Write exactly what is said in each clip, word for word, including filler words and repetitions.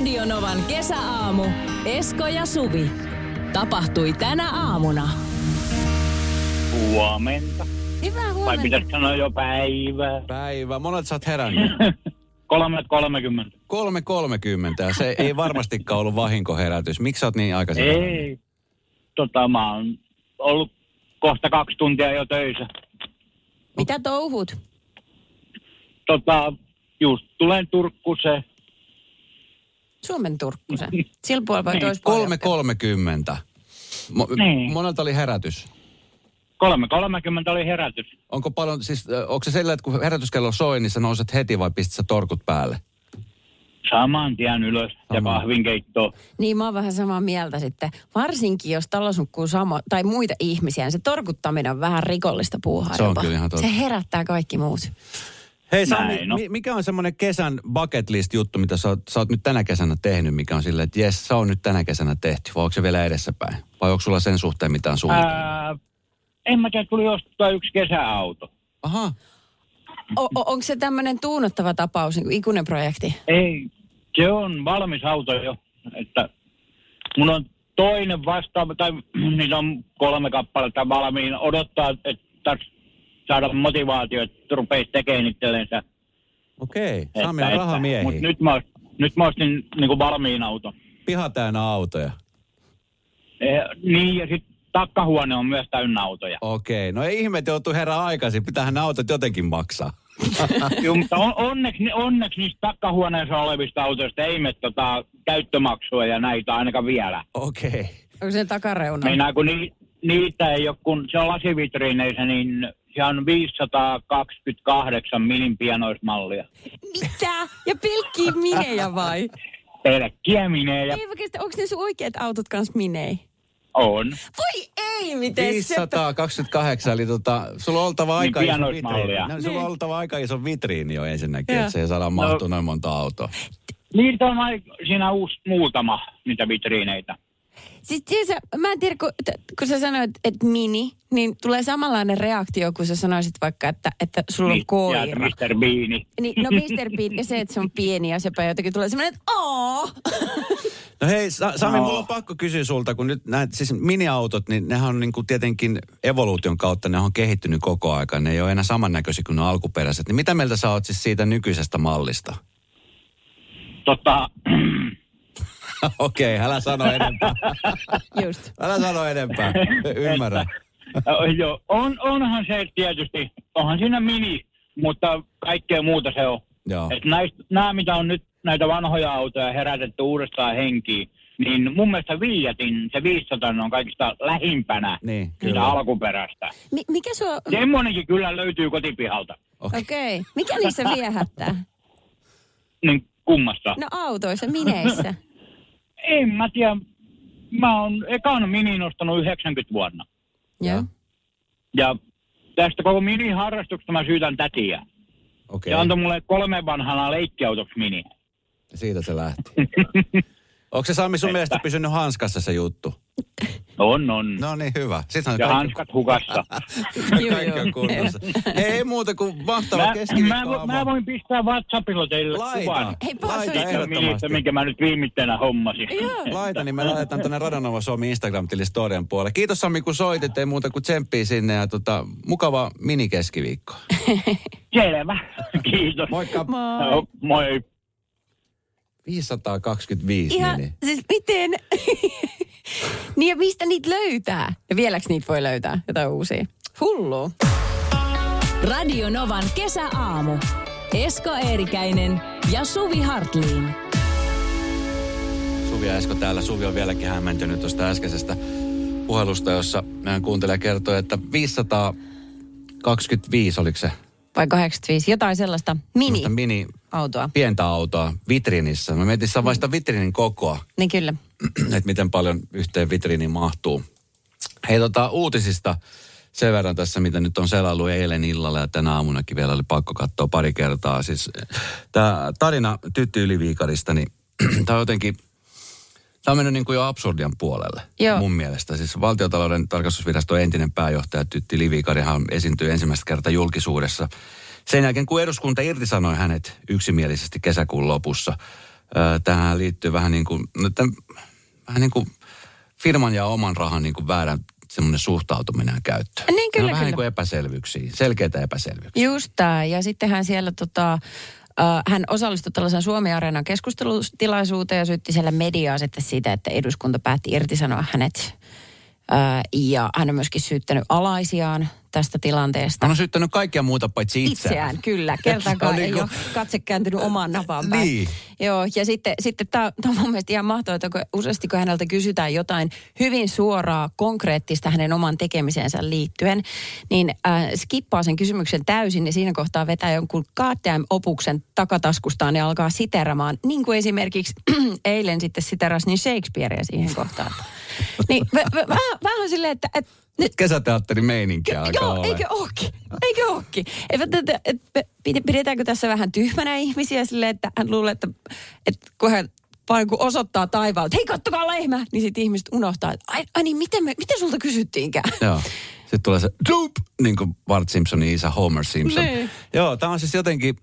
Radio Novan kesäaamu. Esko ja Suvi. Tapahtui tänä aamuna. Huomenta. Hyvää huomenta. Tai pitäisi sanoa jo päivää. Päivä. Monet sä oot herännyt? Kolme kolmekymmentä. Kolme kolmekymmentä. Se ei varmastikaan ollut vahinkoherätys. Miksi sä oot niin aikaisin? Ei. Tota, mä oon ollut kohta kaksi tuntia jo töissä. Mitä touhut? Tota, just tulen Turkkuseen. Suomen Turkkusen. Sillä puolella vai toisella puolella? Kolme kolmekymmentä. Mo- Niin. Monelta oli herätys. Kolme kolmekymmentä oli herätys. Onko paljon, siis äh, onko se sellainen, että kun herätyskello soi, niin sä nouset heti vai pistät sä torkut päälle? Saman tien ylös ja Saman. kahvinkeittoon. Niin, mä oon vähän samaa mieltä sitten. Varsinkin, jos talossa nukkuu samo, tai muita ihmisiä, niin se torkuttaminen on vähän rikollista puuhaa. Se on jopa. kyllä ihan totta. Se herättää kaikki muut. Hei Sami, Näin, no. mi- mikä on semmoinen kesän bucket list juttu, mitä sä oot, sä oot nyt tänä kesänä tehnyt, mikä on silleen, että jes, se on nyt tänä kesänä tehty, vai onko se vielä edessäpäin? Vai onko sulla sen suhteen mitään suunnitelmaa? Ää, en mä tiedä, tuli ostaa yksi kesäauto. Aha. O- o- onko se tämmöinen tuunottava tapaus, niin kuin ikuinen projekti? Ei, se on valmis auto jo. Että mun on toinen vastaava, tai niitä on kolme kappaletta valmiina. Odottaa, että saada motivaatio, että rupeisi tekemään itsellensä. Okei, Sami on rahamiehiä. Mutta nyt mä, nyt mä ostin niinku valmiin auton. Piha täynnä autoja. E, niin, ja sitten takkahuone on myös täynnä autoja. Okei, no ei ihme, että joutuu herää aikaisin. Pitäähän nämä autot jotenkin maksaa. Joo, mutta on, onneksi, onneksi niistä takkahuoneessa olevista autoista ei mene tota, käyttömaksua ja näitä ainakaan vielä. Okei. Onko se takareuna? Meinaa, kun ni, niitä ei ole, kun se on lasivitriineissä, niin se on viisisataakaksikymmentäkahdeksan minin pienoismallia. Mitä? Ja pelkkiä minejä vai? Pelkkiä minejä Ei oikeasti, onko ne sun oikeat autot kanssa minei? on. Voi ei, miten se... viisisataakaksikymmentäkahdeksan, eli tota, sulla on oltava aika Niin iso pienoismallia. vitriini. No, sulla on oltava aika iso vitriini jo ensinnäkin, Joo. että se ei saada mahtua noin monta autoa. Niitä on aika, siinä uusi muutama, niitä vitriineitä. Siis tiiänsä, mä en tiedä, kun, kun sä sanoit, että mini, niin tulee samanlainen reaktio, kun sä sanoisit vaikka, että, että sulla on Niin, koira. ja mister Beani. Niin, no mister Bean ja se, että se on pieni ja sepä jotenkin tulee semmoinen, että aah. No hei, Sa- Sami, No. mulla on pakko kysyä sulta, kun nyt näet, siis mini-autot, niin nehän on niin kuin tietenkin evoluution kautta, ne on kehittynyt koko ajan, ne ei ole enää samannäköisiä kuin ne alkuperäiset. Niin mitä mieltä sä oot siis siitä nykyisestä mallista? Tota, Okei, älä sano enempää. Just. Älä sano enempää, ymmärrän. äh, joo, on, onhan se tietysti, onhan siinä mini, mutta kaikkea muuta se on. Joo. Et näistä, nämä, mitä on nyt näitä vanhoja autoja herätetty uudestaan henkiin, niin mun mielestä Fiatin se viisisataa on kaikista lähimpänä Niin, sitä kyllä. alkuperäistä. Mi- mikä sua... Semmoinenkin kyllä löytyy kotipihalta. Okei. Okei. Okay. Mikä niissä viehättää? Niin kummassa. No autoissa, mineissä. En mä tiedä. Mä oon ekan minin ostanut yhdeksänkymmentä vuonna. Joo. Ja tästä koko mini-harrastuksesta mä syytän tätiä. Okei, Se antoi mulle kolme vanhana leikkiautoksi mini. siitä se lähti. Onko se Sami sun mielestä pysynyt hanskassa se juttu? On, on. No niin, hyvä. Sittenhän Ja kaikki, hanskat hukassa. kaikki Joo, on joo. kunnossa. Ei muuta kuin mahtava Mä, mä, keskiviikko vo- mä voin pistää WhatsAppilla teille Laita, kuvan. Hei, paas laita oikein. ehdottomasti. Ministä, minkä mä nyt viimitteenä hommasin. Joo. Laita, niin me laitetaan tuonne Radionova Suomi Instagram-tilin storien puolelle. Kiitos Sami, kun soitit. Ei muuta kuin tsemppii sinne ja tota, mukava minikeskiviikko. Selvä. Kiitos. Moikka. Moi. No, moi. viisisataakaksikymmentäviisi Ihan, mini. siis miten? Niin ja mistä niitä löytää? Ja vieläks niitä voi löytää? Jotain uusia. Hullu. Radio Novan kesäaamu. Esko Eerikäinen ja Suvi Hartliin. Suvi ja Esko täällä. Suvi on vieläkin hämmentynyt tuosta äskeisestä puhelusta, jossa meidän kuuntelija kertoi, että viisisataakaksikymmentäviisi oliko se? Vai kahdeksankymmentäviisi, jotain sellaista Sellaista mini-autoa. mini, pientä autoa vitriinissä. Mä mietin, että vaista vitriinin kokoa, Niin kyllä. että miten paljon yhteen vitriiniin mahtuu. Hei tota uutisista sen verran tässä, mitä nyt on selaillut eilen illalla ja tänä aamunakin vielä oli pakko katsoa pari kertaa. Siis tämä tarina Tytti Yliviikarista, niin tämä on jotenkin, tämä on mennyt niin kuin jo absurdian puolelle. Joo. Mun mielestä. Siis Valtiontalouden tarkastusviraston entinen pääjohtaja Tytti Yliviikarihan esiintyi ensimmäistä kertaa julkisuudessa sen jälkeen, kun eduskunta irtisanoi hänet yksimielisesti kesäkuun lopussa tähän liittyy vähän niin kuin, no tämän, vähän niin kuin firman ja oman rahan niin kuin väärän semmoinen suhtautuminen käyttöön. Niin kyllä, vähän kyllä. niin kuin epäselvyyksiä, selkeitä epäselvyyksiä. Just tämä. Ja sittenhän siellä tota, Uh, hän osallistui tällaisen Suomi-areenan keskustelutilaisuuteen ja syytti siellä mediaa sitten siitä, että eduskunta päätti irtisanoa hänet. Uh, ja hän on myöskin syyttänyt alaisiaan tästä tilanteesta. Hän on syyttänyt kaikkia muuta paitsi itseään. Itseään, kyllä. Kertaakaan ei niin ole katse kääntynyt omaan napaan päin. Niin. Joo, ja sitten, sitten tämä on mun mielestä ihan mahtavaa, että kun useasti kun häneltä kysytään jotain hyvin suoraa, konkreettista hänen oman tekemiseensä liittyen, niin äh, skippaa sen kysymyksen täysin ja siinä kohtaa vetää jonkun goddamn-opuksen takataskustaan ja alkaa siteramaan, niin kuin esimerkiksi eilen sitten siterasi niin Shakespearea siihen kohtaan. Niin vähän, vähän silleen, että... että nyt kesäteatterin meininkiä alkaa joo, olla. eikö ookin? Eikö ookin? Pidetäänkö tässä vähän tyhmänä ihmisiä silleen, että hän luulee, että, että kun hän vaan kun osoittaa taivaalta, hei kattokaa lehmä, niin sitten ihmiset unohtaa, että ai, ai niin, miten, me, miten sulta kysyttiinkään? Joo. Sitten tulee se doop, niin kuin Bart Simpsonin isä Homer Simpson. Niin. Joo, tämä on siis jotenkin...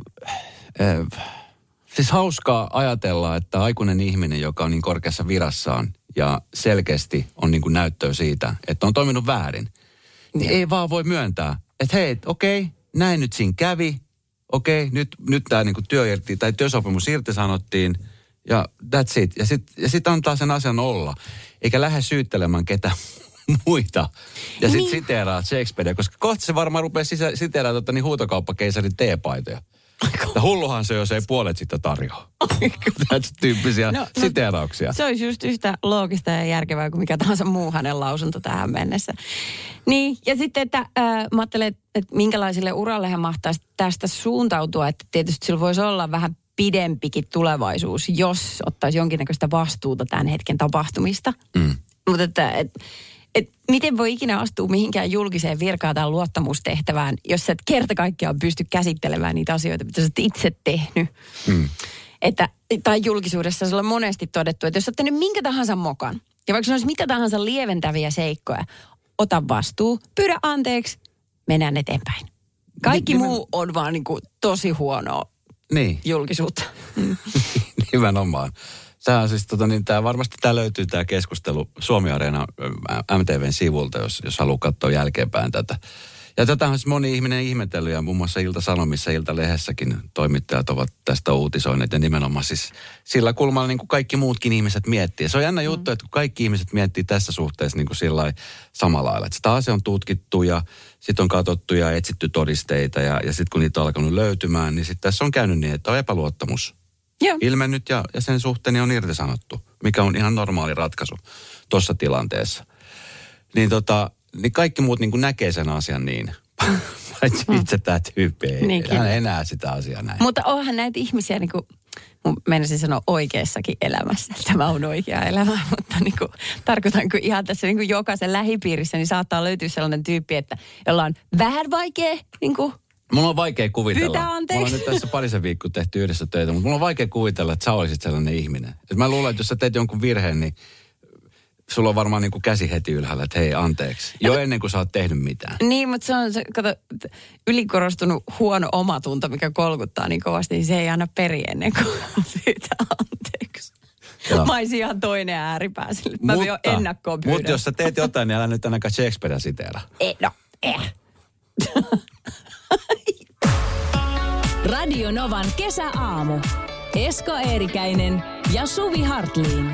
Äh, siis hauskaa ajatella, että aikuinen ihminen, joka on niin korkeassa virassaan ja selkeästi on niin kuin näyttöä siitä, että on toiminut väärin, niin ei vaan voi myöntää, että hei, okei, okay, näin nyt siinä kävi, okei, okay, nyt, nyt tämä niin kuin työ, tai työsopimus irtisanottiin ja that's it. Ja sitten ja sit antaa sen asian olla, eikä lähde syyttelemään ketään muita. Ja sitten niin. siteeraa Shakespearea, koska kohta se varmaan rupeaa siteeraa tota, niin huutokauppakeisarin teepaitoja. Ja hulluhan se, jos ei puolet sitä tarjoa. Tätä tyyppisiä no, siteerauksia. No, se olisi just yhtä loogista ja järkevää kuin mikä tahansa muu hänen lausunto tähän mennessä. Niin, ja sitten, että äh, mä ajattelen, että, että minkälaiselle uralle hän mahtaisi tästä suuntautua, että tietysti sillä voisi olla vähän pidempikin tulevaisuus, jos ottaisi jonkinnäköistä vastuuta tämän hetken tapahtumista. Mm. Mutta että... että Et miten voi ikinä astua mihinkään julkiseen virkaan tai luottamustehtävään, jos sä et kerta kaikkiaan pysty käsittelemään niitä asioita, mitä sä oot itse tehnyt. Mm. Että, tai julkisuudessa sulla on monesti todettu, että jos sä oot tehnyt minkä tahansa mokan, ja vaikka se olisi mitä tahansa lieventäviä seikkoja, ota vastuu, pyydä anteeksi, mennään eteenpäin. Kaikki Nimen... muu on vaan niin kuin tosi huonoa niin. julkisuutta. Nimenomaan. Tämä on siis, tota, niin, tämä varmasti tämä löytyy tämä keskustelu Suomi-areena M T V:n sivulta, jos, jos haluaa katsoa jälkeenpäin tätä. Ja tätä on siis moni ihminen ihmetellyt ja muun muassa Ilta-Sanomissa, Ilta-lehdessäkin toimittajat ovat tästä uutisoineet ja nimenomaan siis sillä kulmalla niin kuin kaikki muutkin ihmiset miettii. Se on jännä juttu, että kun kaikki ihmiset miettii tässä suhteessa niin kuin sillä samalla lailla. Että sitä asia on tutkittu ja sitten on katsottu ja etsitty todisteita ja, ja sitten kun niitä on alkanut löytymään, niin sitten tässä on käynyt niin, että on epäluottamus. Joo. Ilmennyt ja, ja sen suhteen on irtisanottu, mikä on ihan normaali ratkaisu tuossa tilanteessa. Niin, tota, niin kaikki muut niin kuin näkee sen asian niin, paitsi mm. itse tämä tyyppi ei niin, hän enää sitä asiaa näin. Mutta onhan näitä ihmisiä, niin kuin, menisin sanoa oikeassakin elämässä, tämä on oikea elämä, mutta niin kuin, tarkoitanko ihan tässä niin kuin jokaisen lähipiirissä, niin saattaa löytyä sellainen tyyppi, että jolla on vähän vaikea niin kuin, mulla on vaikea kuvitella. Pyytää anteeksi. Mulla on nyt tässä parisen viikkoa tehty yhdessä töitä, mutta mulla on vaikea kuvitella, että sä olisit sellainen ihminen. Et mä luulen, että jos sä teet jonkun virheen, niin sulla on varmaan niin kuin käsi heti ylhäällä, että hei, anteeksi. Jo no, ennen kuin sä oot tehnyt mitään. Niin, mutta se on se, kato, ylikorostunut huono omatunto, mikä kolkuttaa niin kovasti, niin se ei anna peri ennen kuin pyytää anteeksi. Joo. Mä olisin ihan toinen ääripää sille. Mä voin jo ennakkoon pyydä. Mutta jos sä teet jotain, niin älä nyt ainakaan Shakespearea siteera. Ei, no, eh. Radio Novan kesäaamu. Esko Eerikäinen ja Suvi Hartliin.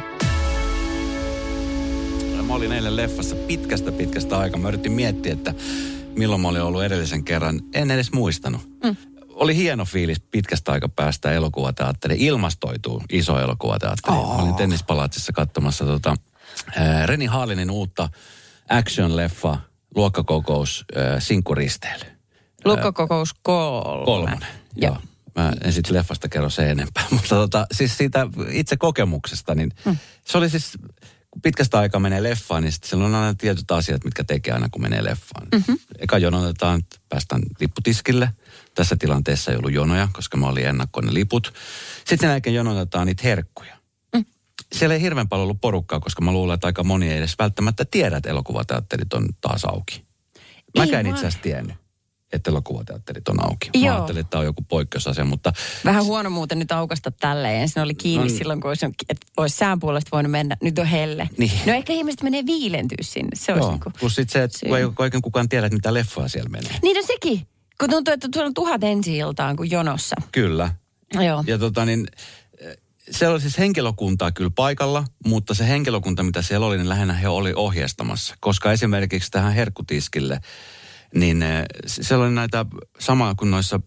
Mä olin eilen leffassa pitkästä pitkästä aikaa. Mä yritin miettiä, että milloin mä olin ollut edellisen kerran. En edes muistanut. Mm. Oli hieno fiilis pitkästä aikaa päästä elokuvateatteriin. Ilmastoituu iso elokuvateatteri. Oh. Mä olin Tennispalatsissa katsomassa tota, äh, Reni Haalinin uutta action-leffa, luokkakokous, äh, sinkkuristeily. Luokkakokous kolme. Kolmonen, joo. joo. Mä en sitten leffasta kerro sen enempää, mutta tota, siis siitä itse kokemuksesta, niin mm. se oli siis, kun pitkästä aikaa menee leffaan, niin sitten siellä on aina tietyt asiat, mitkä tekee aina, kun menee leffaan. Mm-hmm. Eka jonotetaan, että päästään lipputiskille. Tässä tilanteessa ei ollut jonoja, koska mä olin ennakkoon ne liput. Sitten sen jälkeen jonotetaan niitä herkkuja. Mm. Siellä ei hirveän paljon ollut porukkaa, koska mä luulen, että aika moni ei edes välttämättä tiedä, että elokuvateatterit on taas auki. Mäkään itse asiassa tiennyt. että elokuvateatterit on auki. Joo. Mä ajattelin, että tämä on joku poikkeusasia, mutta... Vähän huono muuten nyt aukasta tälleen. Ensin oli kiinni no, silloin, kun olisi, että olisi sään puolesta voinut mennä. Nyt on helle. Niin. No ehkä ihmiset menee viilentyä sinne. Se olisi Joo, niin kuin... plus sitten se, että ei oikein kukaan tiedä, että mitä leffoja siellä menee. Niin on sekin. Kun tuntuu, että tuolla on tuhat ensi-iltaan kuin jonossa. Kyllä. Joo. Ja tota niin... Siellä oli siis henkilökuntaa kyllä paikalla, mutta se henkilökunta, mitä siellä oli, niin lähinnä he oli ohjeistamassa. Koska esimerkiksi tähän herkkutiskille, niin siellä oli näitä samaa kuin noissa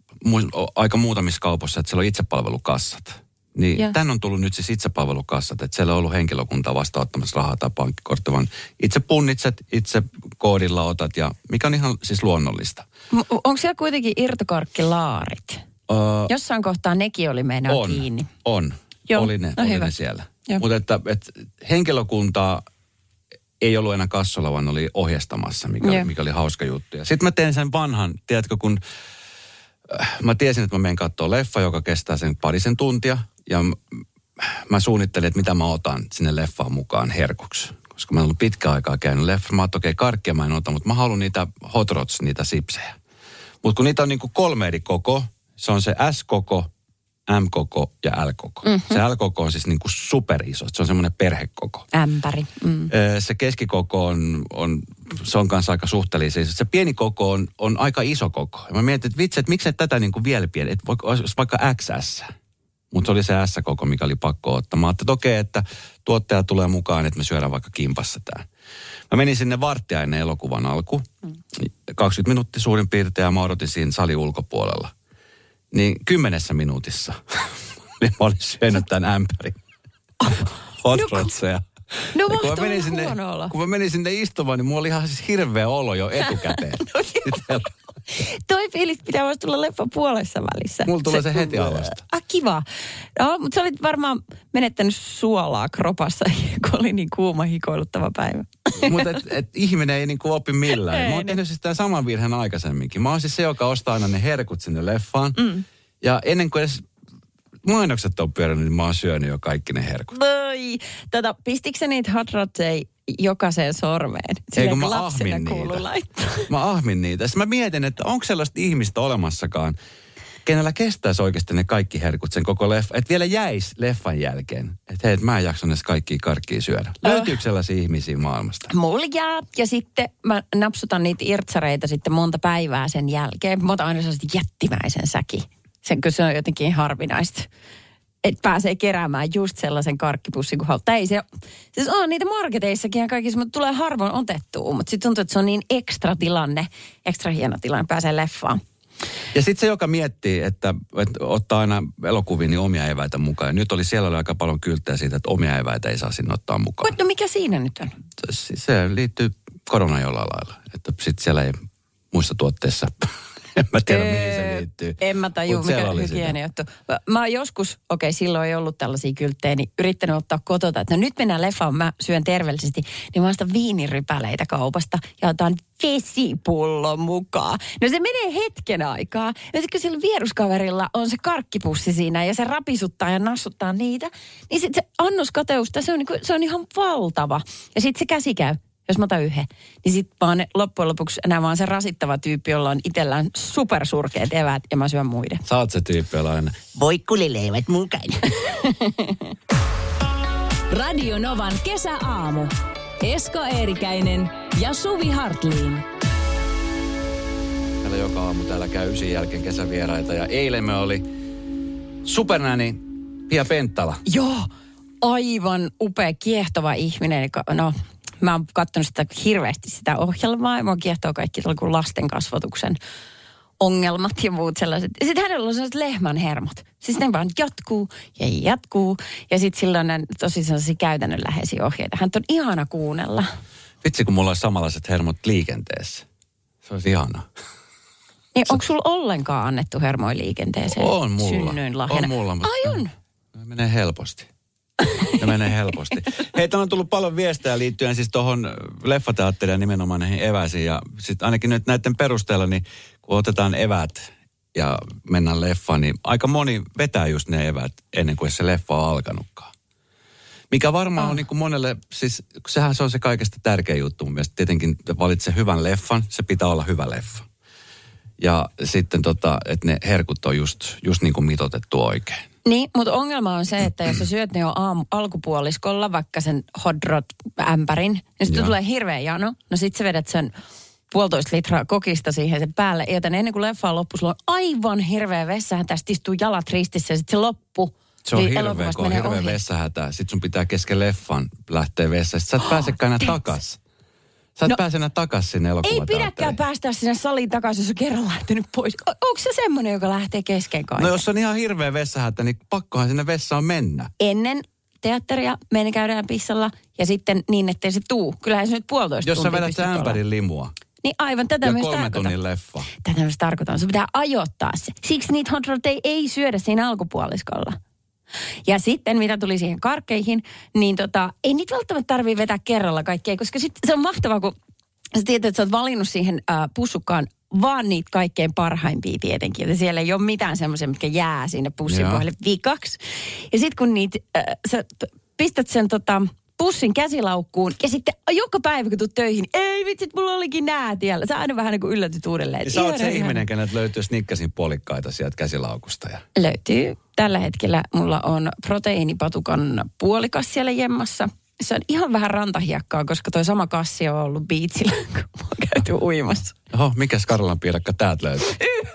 aika muutamissa kaupoissa, että siellä on itsepalvelukassat. Niin ja. Tän on tullut nyt siis itsepalvelukassat, että siellä on ollut henkilökuntaa vastaanottamassa rahaa tai pankkikortti, vaan itse punnitset, itse koodilla otat ja mikä on ihan siis luonnollista. M- onko siellä kuitenkin irtokarkkilaarit? Uh, Jossain kohtaa nekin oli meinaa on, kiinni. On, Joo, oli ne, no oli hyvä. ne siellä. Mutta että, että henkilökuntaa ei ollut enää kassolla, vaan oli ohjastamassa, mikä, oli, mikä oli hauska juttu. Sitten mä tein sen vanhan, tiedätkö, kun äh, mä tiesin, että mä menen katsoa leffa, joka kestää sen parisen tuntia. Ja m- mä suunnittelin, että mitä mä otan sinne leffaan mukaan herkuksi. Koska mä en ollut pitkä aikaa käynyt leffa. Mä oon okei, karkkia mä en ota, mutta mä haluan niitä hot rods, niitä sipsejä. Mutta kun niitä on niinku kolme eri koko, se on se S-koko, M-koko ja L-koko. Mm-hmm. Se L-koko on siis niinku superiso. Se on semmoinen perhekoko. Ämpäri. Mm. Se keskikoko on, on, se on kanssa aika suhteellinen. Se pieni koko on, on aika iso koko. Ja mä mietin, että vitsi, että miksei tätä niinku vielä pieni, että olisi vaikka X S. Mutta se oli se S-koko, mikä oli pakko ottaa. Mä ajattelin, että okei, että tuottaja tulee mukaan, että me syödään vaikka kimpassa tää. Mä menin sinne varttia ennen elokuvan alku. Mm. kaksikymmentä minuuttia suurin piirtein ja mä odotin siinä salin ulkopuolella. Niin kymmenessä minuutissa niin mä olin syönyt tämän ämpärin hot rodseja. No kun mä, menin sinne, kun mä menin sinne istumaan, niin mulla oli ihan siis hirveä olo jo etukäteen. no Toi fiilis pitää vasta tulla leffan puolessa välissä. Mulla tulee se, se heti alasta. Ah, kiva. No, mutta sä olit varmaan menettänyt suolaa kropassa, kun oli niin kuuma hikoiluttava päivä. Mutta et, et ihminen ei niinku opi millään. Ei, mä oon tehnyt siis tämän saman virheen aikaisemminkin. Mä oon siis se, joka ostaa aina ne herkut sinne leffaan. Mm. Ja ennen kuin edes mainokset on pyörinyt, niin mä oon syönyt jo kaikki ne herkut. Voi. Tota, pistikö sä niitä hot rodseja jokaiseen sormeen? Ei, kun mä ahmin niitä. Mä ahmin niitä. Sitten mä mietin, että onko sellaista ihmistä olemassakaan, kenellä kestäisi oikeasti ne kaikki herkut sen koko leffa. Että vielä jäisi leffan jälkeen. Että hei, et mä en jaksa edes kaikkia karkkia syödä. Löytyykö sellaisia ihmisiä maailmasta? Mulla jää. Ja sitten mä napsutan niitä irtsareita sitten monta päivää sen jälkeen. Mä otan aina sellaisen jättimäisen säki. Sen, kun se on jotenkin harvinaista. Että pääsee keräämään just sellaisen karkkipussin kuin haluaa. Ei se, siis on niitä marketeissakin ja kaikissa, mutta tulee harvoin otettua. Mutta sitten tuntuu, että se on niin ekstra tilanne, ekstra hieno tilanne, pääsee leffaan. Ja sitten se, joka miettii, että, että ottaa aina elokuviin niin omia eväitä mukaan. Ja nyt oli siellä oli aika paljon kylttejä siitä, että omia eväitä ei saa sinne ottaa mukaan. No mikä siinä nyt on? Se liittyy koronaan jollain lailla. Että sitten siellä ei muissa tuotteissa... En mä tiedä, mihin se liittyy. En mä tajua, mikä hygienia juttu. Mä oon joskus, okei, okay, silloin ei ollut tällaisia kylttejä, niin yrittänyt ottaa kotota, että no nyt mennään leffaan, mä syön terveellisesti, niin mä ostan viinirypäleitä kaupasta ja otan vesipullon mukaan. No se menee hetken aikaa. Ja sitten kun sillä vieruskaverilla on se karkkipussi siinä ja se rapisuttaa ja nassuttaa niitä, niin sitten se annoskateusta, se on, niin kuin, se on ihan valtava. Ja sitten se käsi käy. Jos mä otan yhden, niin sit mä oon loppujen lopuksi enää vaan se rasittava tyyppi, jolla on itsellään supersurkeat eväät ja mä syön muiden. Sä oot se tyyppi, jolla aina voikkulileivät mukana. Radio Novan kesäaamu. Esko Eerikäinen ja Suvi Hartliin. Täällä joka aamu täällä käy ysin jälkeen kesävieraita ja eilen me oli supernäni Pia Penttala. Joo, aivan upea, kiehtova ihminen. No... Mä oon katsonut sitä hirveästi sitä ohjelmaa ja mua kiehtoo kaikki lasten kasvatuksen ongelmat ja muut sellaiset. Ja sitten hänellä on sellaiset lehmän hermot. Siis ne vaan jatkuu ja jatkuu. Ja sitten silloin on tosi sellaisia käytännönläheisiä ohjeita. Hän on ihana kuunnella. Vitsi, kun mulla olisi samanlaiset hermot liikenteessä. Se olisi ihanaa. Niin onko sulla ollenkaan annettu hermoja liikenteeseen? On mulla. Synnyin lahjana. On mulla. Mutta ai on? Ne menee helposti. Ne menee helposti. Hei, on tullut paljon viestejä liittyen siis tuohon leffateatteriin ja nimenomaan näihin eväisiin. Ja sitten ainakin nyt näiden perusteella, niin kun otetaan evät ja mennään leffaan, niin aika moni vetää just ne evät ennen kuin se leffa on alkanutkaan. Mikä varmaan oh. on niin kuin monelle, siis sehän se on se kaikesta tärkein juttu mun mielestä. Tietenkin valitse hyvän leffan, se pitää olla hyvä leffa. Ja sitten tota, että ne herkut on just, just niin kuin mitoitettu oikein. Niin, mutta ongelma on se, että jos sä syöt ne jo aamu, alkupuoliskolla, vaikka sen hot-rod-ämpärin, niin sitten tulee hirveä jano. No sit sä vedät sen puolitoista litraa kokista siihen sen päälle. Ja ennen kuin leffa on loppu, sulla on aivan hirveä vessahan. Tästä istuu jalat ristissä ja sitten se loppu. Se on niin hirveä, kun on hirveä ohi. Vessahätä. Sitten sun pitää kesken leffan lähteä vessaan. Sitten sä et pääsekään enää takas. Sä et no, pääse enää takas sinne elokuvateatteriin. Ei pidäkään päästä sinne saliin takaisin, jos on kerran lähtenyt pois. O- onko se semmoinen, joka lähtee kesken kaiken? No jos on ihan hirveä vessahätä, niin pakkohan sinne vessaan mennä. Ennen teatteria me käydään pissalla ja sitten niin, ettei se tuu. Kyllähän se nyt puolitoista jos tuntia. Jos sä vedät sen ämpärin limua. Niin aivan, tätä ja myös kolme tarkoitan. tunnin leffa. Tätä myös tarkoitan. Sun pitää ajoittaa se. Siksi niitä hot rodteja ei syödä siinä alkupuoliskolla. Ja sitten, mitä tuli siihen karkkeihin, niin tota, ei niitä välttämättä tarvitse vetää kerralla kaikkea, koska sitten se on mahtavaa, kun sä tiedät, että sä oot valinnut siihen äh, pussukkaan vaan niitä kaikkein parhaimpia tietenkin. Ja siellä ei ole mitään semmoisia, mitkä jää sinne pussin pohjalle vikaksi. Ja sitten kun niitä, äh, sä pistät sen tota, pussin käsilaukkuun ja sitten joka päivä, kun tulet töihin, ei vitsit, mulla olikin nää tiellä. Sä aina vähän niin kuin yllätyt uudelleen. Ja sä oot se ihan ihminen, kenet löytyy Snickersin puolikkaita sieltä käsilaukusta. Ja... Löytyy. Tällä hetkellä mulla on proteiinipatukan puolikas siellä jemmassa. Se on ihan vähän rantahiekkaa, koska toi sama kassi on ollut biitsillä, kun mä oon käyty uimassa. Oho, mikäs Karlan piirakka täältä löytyy?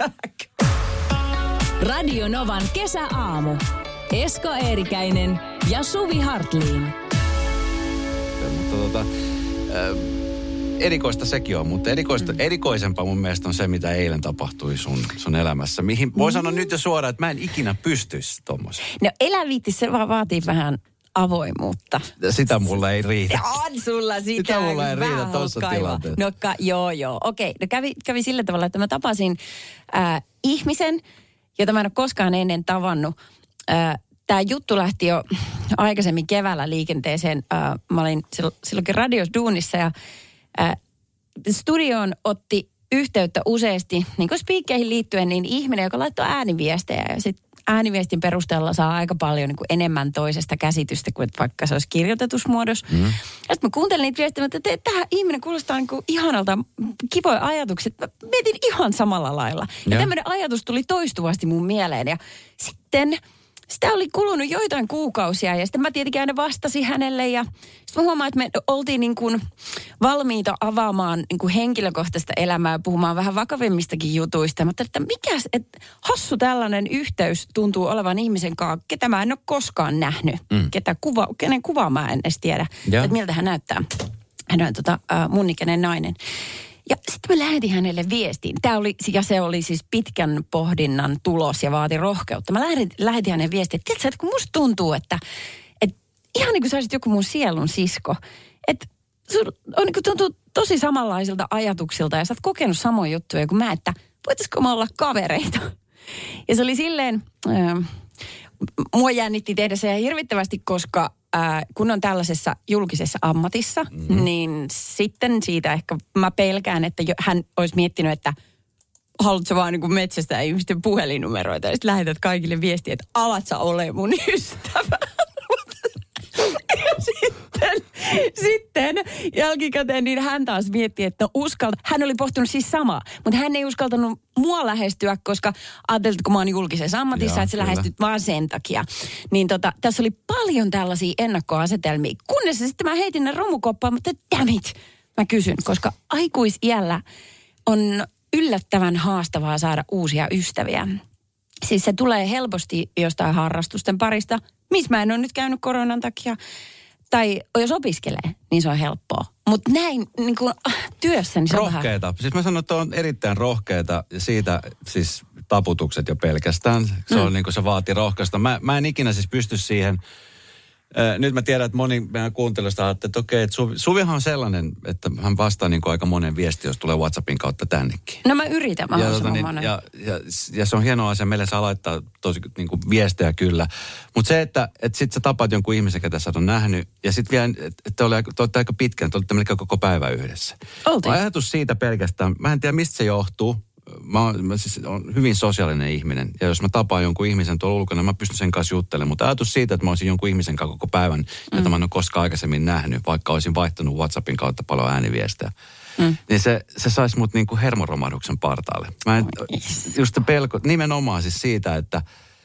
Radio Novan kesäaamu. Esko Eerikäinen ja Suvi Hartliin. Mutta tota, äh, erikoista sekin on, mutta erikoista, mm. erikoisempaa mun mielestä on se, mitä eilen tapahtui sun, sun elämässä. Mihin voi mm. sanoa nyt jo suoraan, että mä en ikinä pystyisi tommoseen. No eläviitti, se vaan vaatii vähän avoimuutta. Sitä mulla ei riitä. On sulla sitä. Sitä mulla ei riitä tuossa tilanteessa. No ka, joo joo, okei. No kävi, kävi sillä tavalla, että mä tapasin äh, ihmisen, jota mä en ole koskaan ennen tavannut. Äh, Tämä juttu lähti jo aikaisemmin keväällä liikenteeseen. Äh, mä olin silloinkin radios duunissa ja äh, studioon otti yhteyttä useasti, niin kuin spiikkeihin liittyen, niin ihminen, joka laittoi ääniviestejä. Ja sitten ääniviestin perusteella saa aika paljon niin kuin enemmän toisesta käsitystä kuin vaikka se olisi kirjoitetussa muodossa. Mm. Ja sitten mä kuuntelin niitä viestejä, että tämä ihminen kuulostaa niin kuin ihanalta, kivoja ajatuksia. Mä mietin ihan samalla lailla. Ja, ja tämmöinen ajatus tuli toistuvasti mun mieleen. Ja sitten... Sitä oli kulunut joitain kuukausia ja sitten mä tietenkin aina vastasin hänelle ja sitten mä huomaan, että me oltiin niin kuin valmiita avaamaan niin kuin henkilökohtaista elämää ja puhumaan vähän vakavimmistakin jutuista. Mä ajattelin, että mikäs, että hassu tällainen yhteys tuntuu olevan ihmisen kanssa, ketä mä en ole koskaan nähnyt. Mm. Ketä kuva, kenen kuvaa mä en edes tiedä, ja. Että miltä hän näyttää. Hän on tota, uh, mun ikäinen nainen. Ja sitten mä lähetin hänelle viestiin. Tämä oli, ja se oli siis pitkän pohdinnan tulos ja vaati rohkeutta. Mä lähetin, lähetin hänelle viestiin, että tiedätkö, että kun musta tuntuu, että, että ihan niin kuin sä olisit joku mun sielun sisko. Että sun on, niin kuin tuntuu tosi samanlaisilta ajatuksilta ja sä oot kokenut samoja juttuja kuin mä, että voitaisiko me olla kavereita. Ja se oli silleen, äh, mua jännitti tehdä se hirvittävästi, koska Äh, kun on tällaisessa julkisessa ammatissa, mm-hmm. niin sitten siitä ehkä mä pelkään, että jo, hän olisi miettinyt, että haluatko vaan niin kuin metsästää ihmisten puhelinnumeroita ja sitten lähetät kaikille viestiä, että alat sä ole mun ystävä. sitten, sitten jälkikäteen niin hän taas mietti, että no uskalta. Hän oli pohtunut siis samaa, mutta hän ei uskaltanut mua lähestyä, koska ajattelit, että kun mä oon julkisessa ammatissa, Joo, että sä kyllä. lähestyt vaan sen takia. Niin tota, tässä oli paljon tällaisia ennakkoasetelmia, kunnes sitten mä heitin ne romukoppaan, mutta damn it, mä kysyn, koska aikuisiällä on yllättävän haastavaa saada uusia ystäviä. Siis se tulee helposti jostain harrastusten parista, missä mä en ole nyt käynyt koronan takia. Tai jos opiskelee, niin se on helppoa. Mutta näin niin kuin työssä, niin se rohkeeta. on vähän... Siis mä sanon, että on erittäin rohkeeta ja siitä siis taputukset jo pelkästään. Se mm. on niin kuin se vaatii rohkeasta. Mä, mä en ikinä siis pysty siihen... Nyt mä tiedän, että moni meidän kuuntelijoista ajattelee, että okei, että Suvi, Suvihan on sellainen, että hän vastaa niin kuin aika monen viesti, jos tulee WhatsAppin kautta tännekin. No mä yritän, mä ja, tota, niin, ja, ja, ja se on hieno asia, meille saa laittaa tosi niin kuin viestejä kyllä. Mutta se, että, että sit sä tapaat jonkun ihmisen, ketä sä oot nähnyt, ja sit vielä, että te olette aika pitkään, te olette melkein koko päivä yhdessä. Oltiin. Ajatus siitä pelkästään, mä en tiedä mistä se johtuu. Mä oon, mä siis on hyvin sosiaalinen ihminen. Ja jos mä tapaan jonkun ihmisen tuolla ulkona, mä pystyn sen kanssa juttelemaan. Mutta ajatus siitä, että mä olisin jonkun ihmisen kanssa koko päivän, mm. jota mä en ole koskaan aikaisemmin nähnyt, vaikka olisin vaihtanut WhatsAppin kautta paljon ääniviestejä. mm. niin se, se saisi mut niinku hermoromahduksen partaalle. Mä en, oh, yes. Just se pelko, nimenomaan siis siitä, että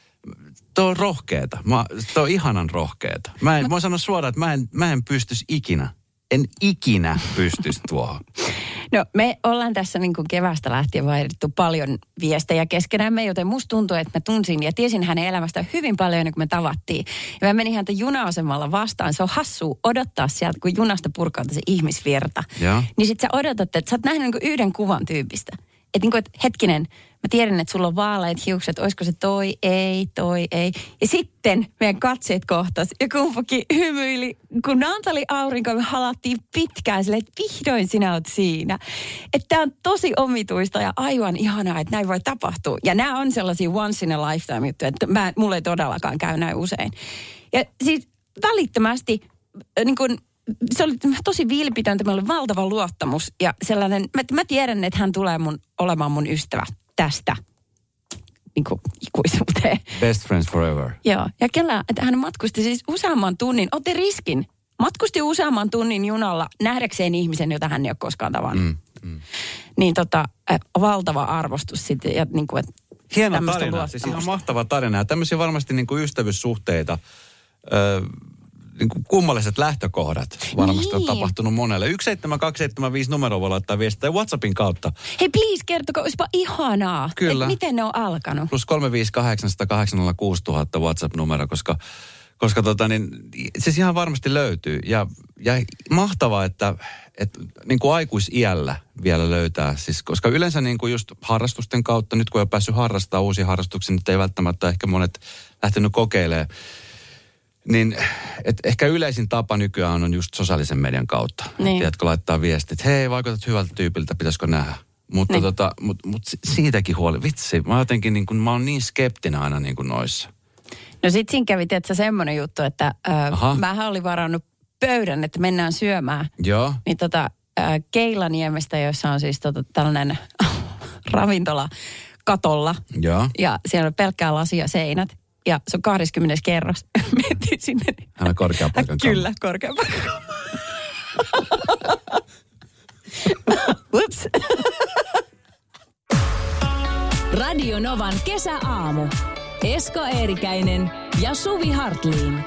tuo on rohkeeta. Mä, tuo on ihanan rohkeeta. Mä en, mä voin sanoa suoraan, että mä en, mä en pystyisi ikinä. En ikinä pystyisi tuohon. No me ollaan tässä niin kuin keväästä lähtien vaihdettu paljon viestejä keskenämme, joten musta tuntuu, että mä tunsin ja tiesin hänen elämästä hyvin paljon ennen kuin me tavattiin. Ja mä menin häntä juna-asemalla vastaan. Se on hassua odottaa sieltä, kun junasta purkautuu se ihmisvirta. Ja. Niin sit sä odotat, että sä oot nähnyt niin kuin yhden kuvan tyypistä. Että niin kuin, että hetkinen, mä tiedän, että sulla on vaaleat hiukset, olisiko se toi, ei, toi, ei. Ja sitten meidän katseet kohtas ja kumpikin hymyili, kun Naantali aurinko me halattiin pitkään silleen, että vihdoin sinä oot siinä. Että tää on tosi omituista ja aivan ihanaa, että näin voi tapahtua. Ja nämä on sellaisia once in a lifetime juttuja, että mä, mulla ei todellakaan käy näin usein. Ja siis välittömästi niin kuin se oli tosi vilpitöntä, meillä oli valtava luottamus ja sellainen, mä, mä tiedän, että hän tulee mun, olemaan mun ystävä tästä niin kuin ikuisuuteen. Best friends forever. Joo, ja kellä, että hän matkusti siis useamman tunnin, otti riskin, matkusti useamman tunnin junalla nähdäkseen ihmisen, jota hän ei ole koskaan tavannut. Mm, mm. Niin tota, äh, valtava arvostus sitten ja niin kuin, että hieno tarina, siis ihan mahtava tarina ja tämmöisiä varmasti niin kuin ystävyyssuhteita, öö, niin kuin kummalliset lähtökohdat varmasti niin. On tapahtunut monelle. yksi seitsemän kaksi seitsemän viisi numero voi laittaa viestiä WhatsAppin kautta. Hei please kertoko, olisipa ihanaa. Kyllä. Et miten ne on alkanut? Plus kolme viisi kahdeksan nolla kahdeksan nolla kuusi tuhatta WhatsApp-numero, koska, koska tota niin, siis ihan varmasti löytyy. Ja, ja mahtavaa, että, että niin kuin aikuisiällä vielä löytää. Siis, koska yleensä niin kuin just harrastusten kautta, nyt kun on päässyt harrastamaan uusia harrastuksia, nyt ei välttämättä ehkä monet lähtenyt kokeilemaan. Niin, et ehkä yleisin tapa nykyään on just sosiaalisen median kautta. Niin. Tiedätkö, laittaa viestit, hei, vaikutat hyvältä tyypiltä, pitäisikö nähdä? Mutta niin. tota, mut, mut siitäkin huoli. Vitsi, mä jotenkin niin kuin, mä oon niin skeptinen aina niin kuin noissa. No sit siinä kävi, tiedätkö, semmoinen juttu, että äh, mähän olin varannut pöydän, että mennään syömään. Joo. Niin tota, äh, Keilaniemestä, jossa on siis tota, tällainen ravintola katolla. Joo. Ja siellä on pelkkää lasia seinät. Ja se on kahdeskymmenes kerros. Mentiin sinne. Hän on korkeapaikan kamma. Kyllä, korkeapaikan kamma. Ups. Radio Novan kesäaamu. Esko Eerikäinen ja Suvi Hartliin.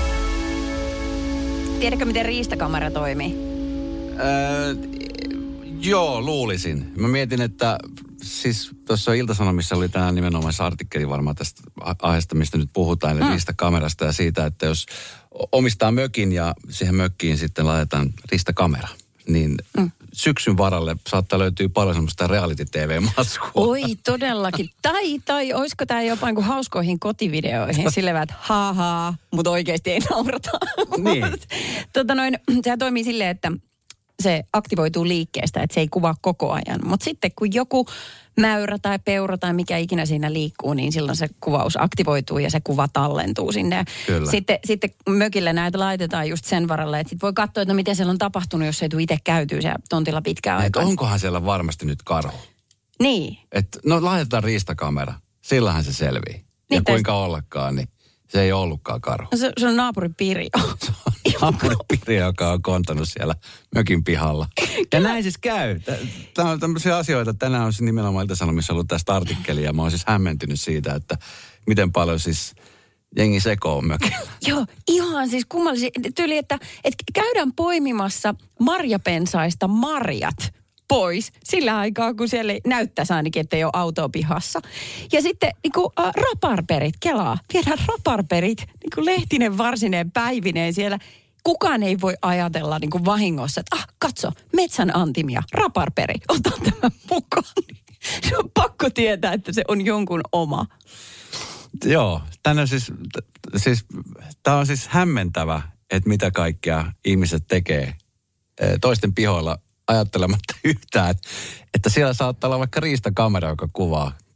Tiedätkö, miten riistakamera toimii? Öö, joo, luulisin. Mä mietin, että siis tuossa Ilta-Sanomissa oli tänään nimenomaan artikkeli varmaan tästä aiheesta, mistä nyt puhutaan, eli mm. ristakamerasta ja siitä, että jos omistaa mökin ja siihen mökkiin sitten laitetaan ristakamera, niin mm. syksyn varalle saattaa löytyä paljon semmoista reality-T V-matskua. Oi, todellakin. Tai, tai olisiko tämä jopa niin kuin hauskoihin kotivideoihin, silleen, että haa, mutta oikeasti ei naurata. Niin. tota noin, sehän toimii silleen, että se aktivoituu liikkeestä, että se ei kuvaa koko ajan. Mutta sitten kun joku mäyrä tai peura tai mikä ikinä siinä liikkuu, niin silloin se kuvaus aktivoituu ja se kuva tallentuu sinne. Kyllä. Sitten, sitten mökillä näitä laitetaan just sen varalle, että sit voi katsoa, että no miten siellä on tapahtunut, jos ei tule itse käytyä siellä tontilla pitkään aikaa. Onkohan siellä varmasti nyt karhu? Niin. Et, no laitetaan riistakamera, sillähän se selvii. Niin ja kuinka tästä ollakaan, niin se ei ollutkaan karhu. No se, se on naapurin Pirjo. Naapurin Pirjo, joka on kontanut siellä mökin pihalla. Ja näin siis käy. Tämä on tämmöisiä asioita. Tänään on siis nimenomaan Ilta-Sanomissa ollut tästä artikkelia. Ja mä oon siis hämmentynyt siitä, että miten paljon siis jengi sekoo mökillä. Joo, ihan siis kummallisia tyyli, että, että käydään poimimassa marjapensaista marjat pois sillä aikaa, kun siellä näyttäisi ainakin, että ei ole autoa pihassa. Ja sitten niin kuin, äh, raparperit, kelaa, viedään raparperit, niin kuin Lehtinen, Varsinen, Päivinen siellä. Kukaan ei voi ajatella niin kuin vahingossa, että ah, katso, metsän antimia, raparperi, ota tämän mukaan. Se on pakko tietää, että se on jonkun oma. Joo, tänne siis, siis tämä on siis hämmentävä, että mitä kaikkea ihmiset tekee toisten pihoilla ajattelematta yhtään, että siellä saattaa olla vaikka riistakamera, joka kuvaa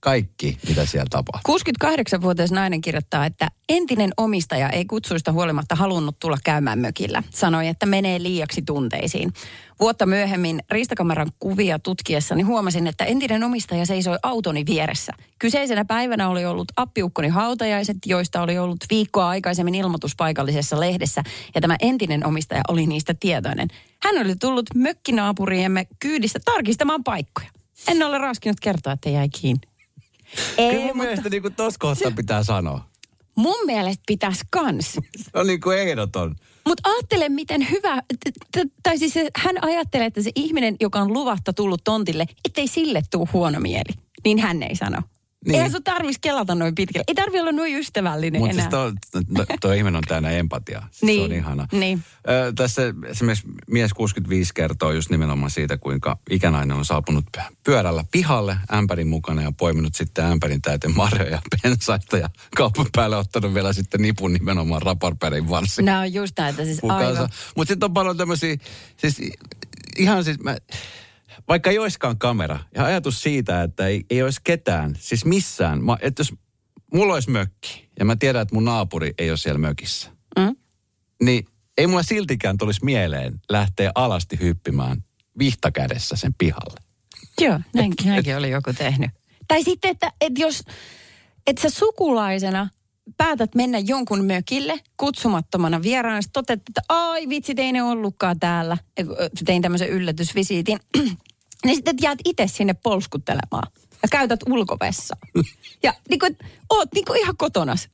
kaikki, mitä siellä tapahtuu. kuusikymmentäkahdeksanvuotias nainen kirjoittaa, että entinen omistaja ei kutsuista huolimatta halunnut tulla käymään mökillä. Sanoi, että menee liiaksi tunteisiin. Vuotta myöhemmin riistakameran kuvia tutkiessani huomasin, että entinen omistaja seisoi autoni vieressä. Kyseisenä päivänä oli ollut appiukkoni hautajaiset, joista oli ollut viikkoa aikaisemmin ilmoitus paikallisessa lehdessä, ja tämä entinen omistaja oli niistä tietoinen. Hän oli tullut mökkinaapuriemme kyydistä tarkistamaan paikkoja. En ole raskinut kertoa, että jäi kiinni. Ei, Kyllä mun mutta... mielestä niin kuin tuossa kohtaa pitää sanoa. Mun mielestä pitäisi kans. Se on niin kuin ehdoton. Mutta ajattele, miten hyvä, tai siis hän ajattelee, että se ihminen, joka on luvatta tullut tontille, ettei sille tule huono mieli. Niin hän ei sano. Niin. Eihän sun tarvitsisi kelata noin pitkälle. Ei tarvitse olla noin ystävällinen Mut enää. Mutta siis tuo ihminen on täynnä empatiaa. Siis niin. Se on ihana. Niin. Ö, tässä esimerkiksi mies kuusikymmentäviisi kertoo just nimenomaan siitä, kuinka ikänainen on saapunut pyörällä pihalle ämpärin mukana ja poiminut sitten ämpärin täyteen marjoja ja pensaita ja kaupan päälle ottanut vielä sitten nipun nimenomaan raparpärin varsin. Nämä on just näitä siis aivan. Mutta sitten on paljon tämmöisiä, siis ihan siis mä... Vaikka ei olisikaan kamera, ja ajatus siitä, että ei, ei olisi ketään, siis missään, mä, että jos mulla olisi mökki, ja mä tiedän, että mun naapuri ei ole siellä mökissä, mm. niin ei mulla siltikään tulisi mieleen lähteä alasti hyppimään vihtakädessä sen pihalle. Joo, näinkin, näinkin oli joku tehnyt. Tai sitten, että, että jos, että sä sukulaisena päätät mennä jonkun mökille kutsumattomana vieraan, sitten toteat, että ai vitsi, ei ne ollutkaan täällä. Tein tämmöisen yllätysvisiitin. Niin sitten jäät itse sinne polskuttelemaan ja käytät ulkovessaa. Ja niin kuin, oot niin kuin ihan kotonas.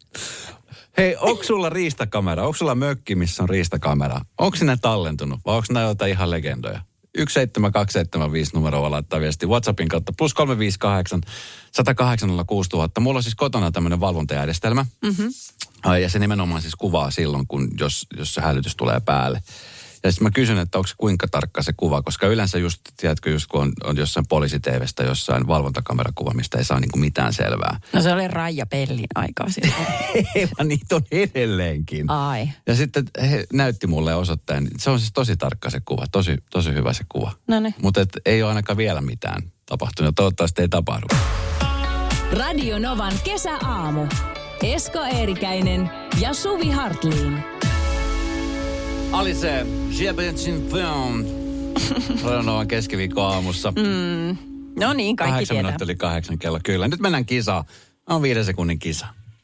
Hei, onko sulla riistakamera? Onko sulla mökki, missä on riistakamera? Onko sinne tallentunut vai onko nämä jotain ihan legendoja? yksi seitsemän kaksi seitsemän viisi numeroa laittaa viesti WhatsAppin kautta. Plus kolme viisi kahdeksan, sata kahdeksan nolla kuusi tuhatta. Mulla on siis kotona tämmöinen valvontajärjestelmä. Mm-hmm. Ja se nimenomaan siis kuvaa silloin, kun jos, jos se hälytys tulee päälle. Ja sitten mä kysyn, että onko se kuinka tarkka se kuva, koska yleensä just, tiedätkö, just kun on, on jossain poliisiteevestä jossain valvontakamerakuva, mistä ei saa niinku mitään selvää. No se oli Raija Pellin aikaa silloin. Ei, vaan niitä on edelleenkin. Ai. Ja sitten he näytti mulle osoitteen. Se on siis tosi tarkka se kuva, tosi, tosi hyvä se kuva. Noniin. Mutta ei ole ainakaan vielä mitään tapahtunut. Toivottavasti ei tapahdu. Radio Novan kesäaamu. Esko Eerikäinen ja Suvi Hartliin. Alice, Jebetsin film. Radio Novan keskiviikko aamussa. Mm. No niin, kaikki Kahdeksan tietää. minuuttia oli kahdeksan kello, kyllä. Nyt mennään kisaan. On viiden sekunnin kisa.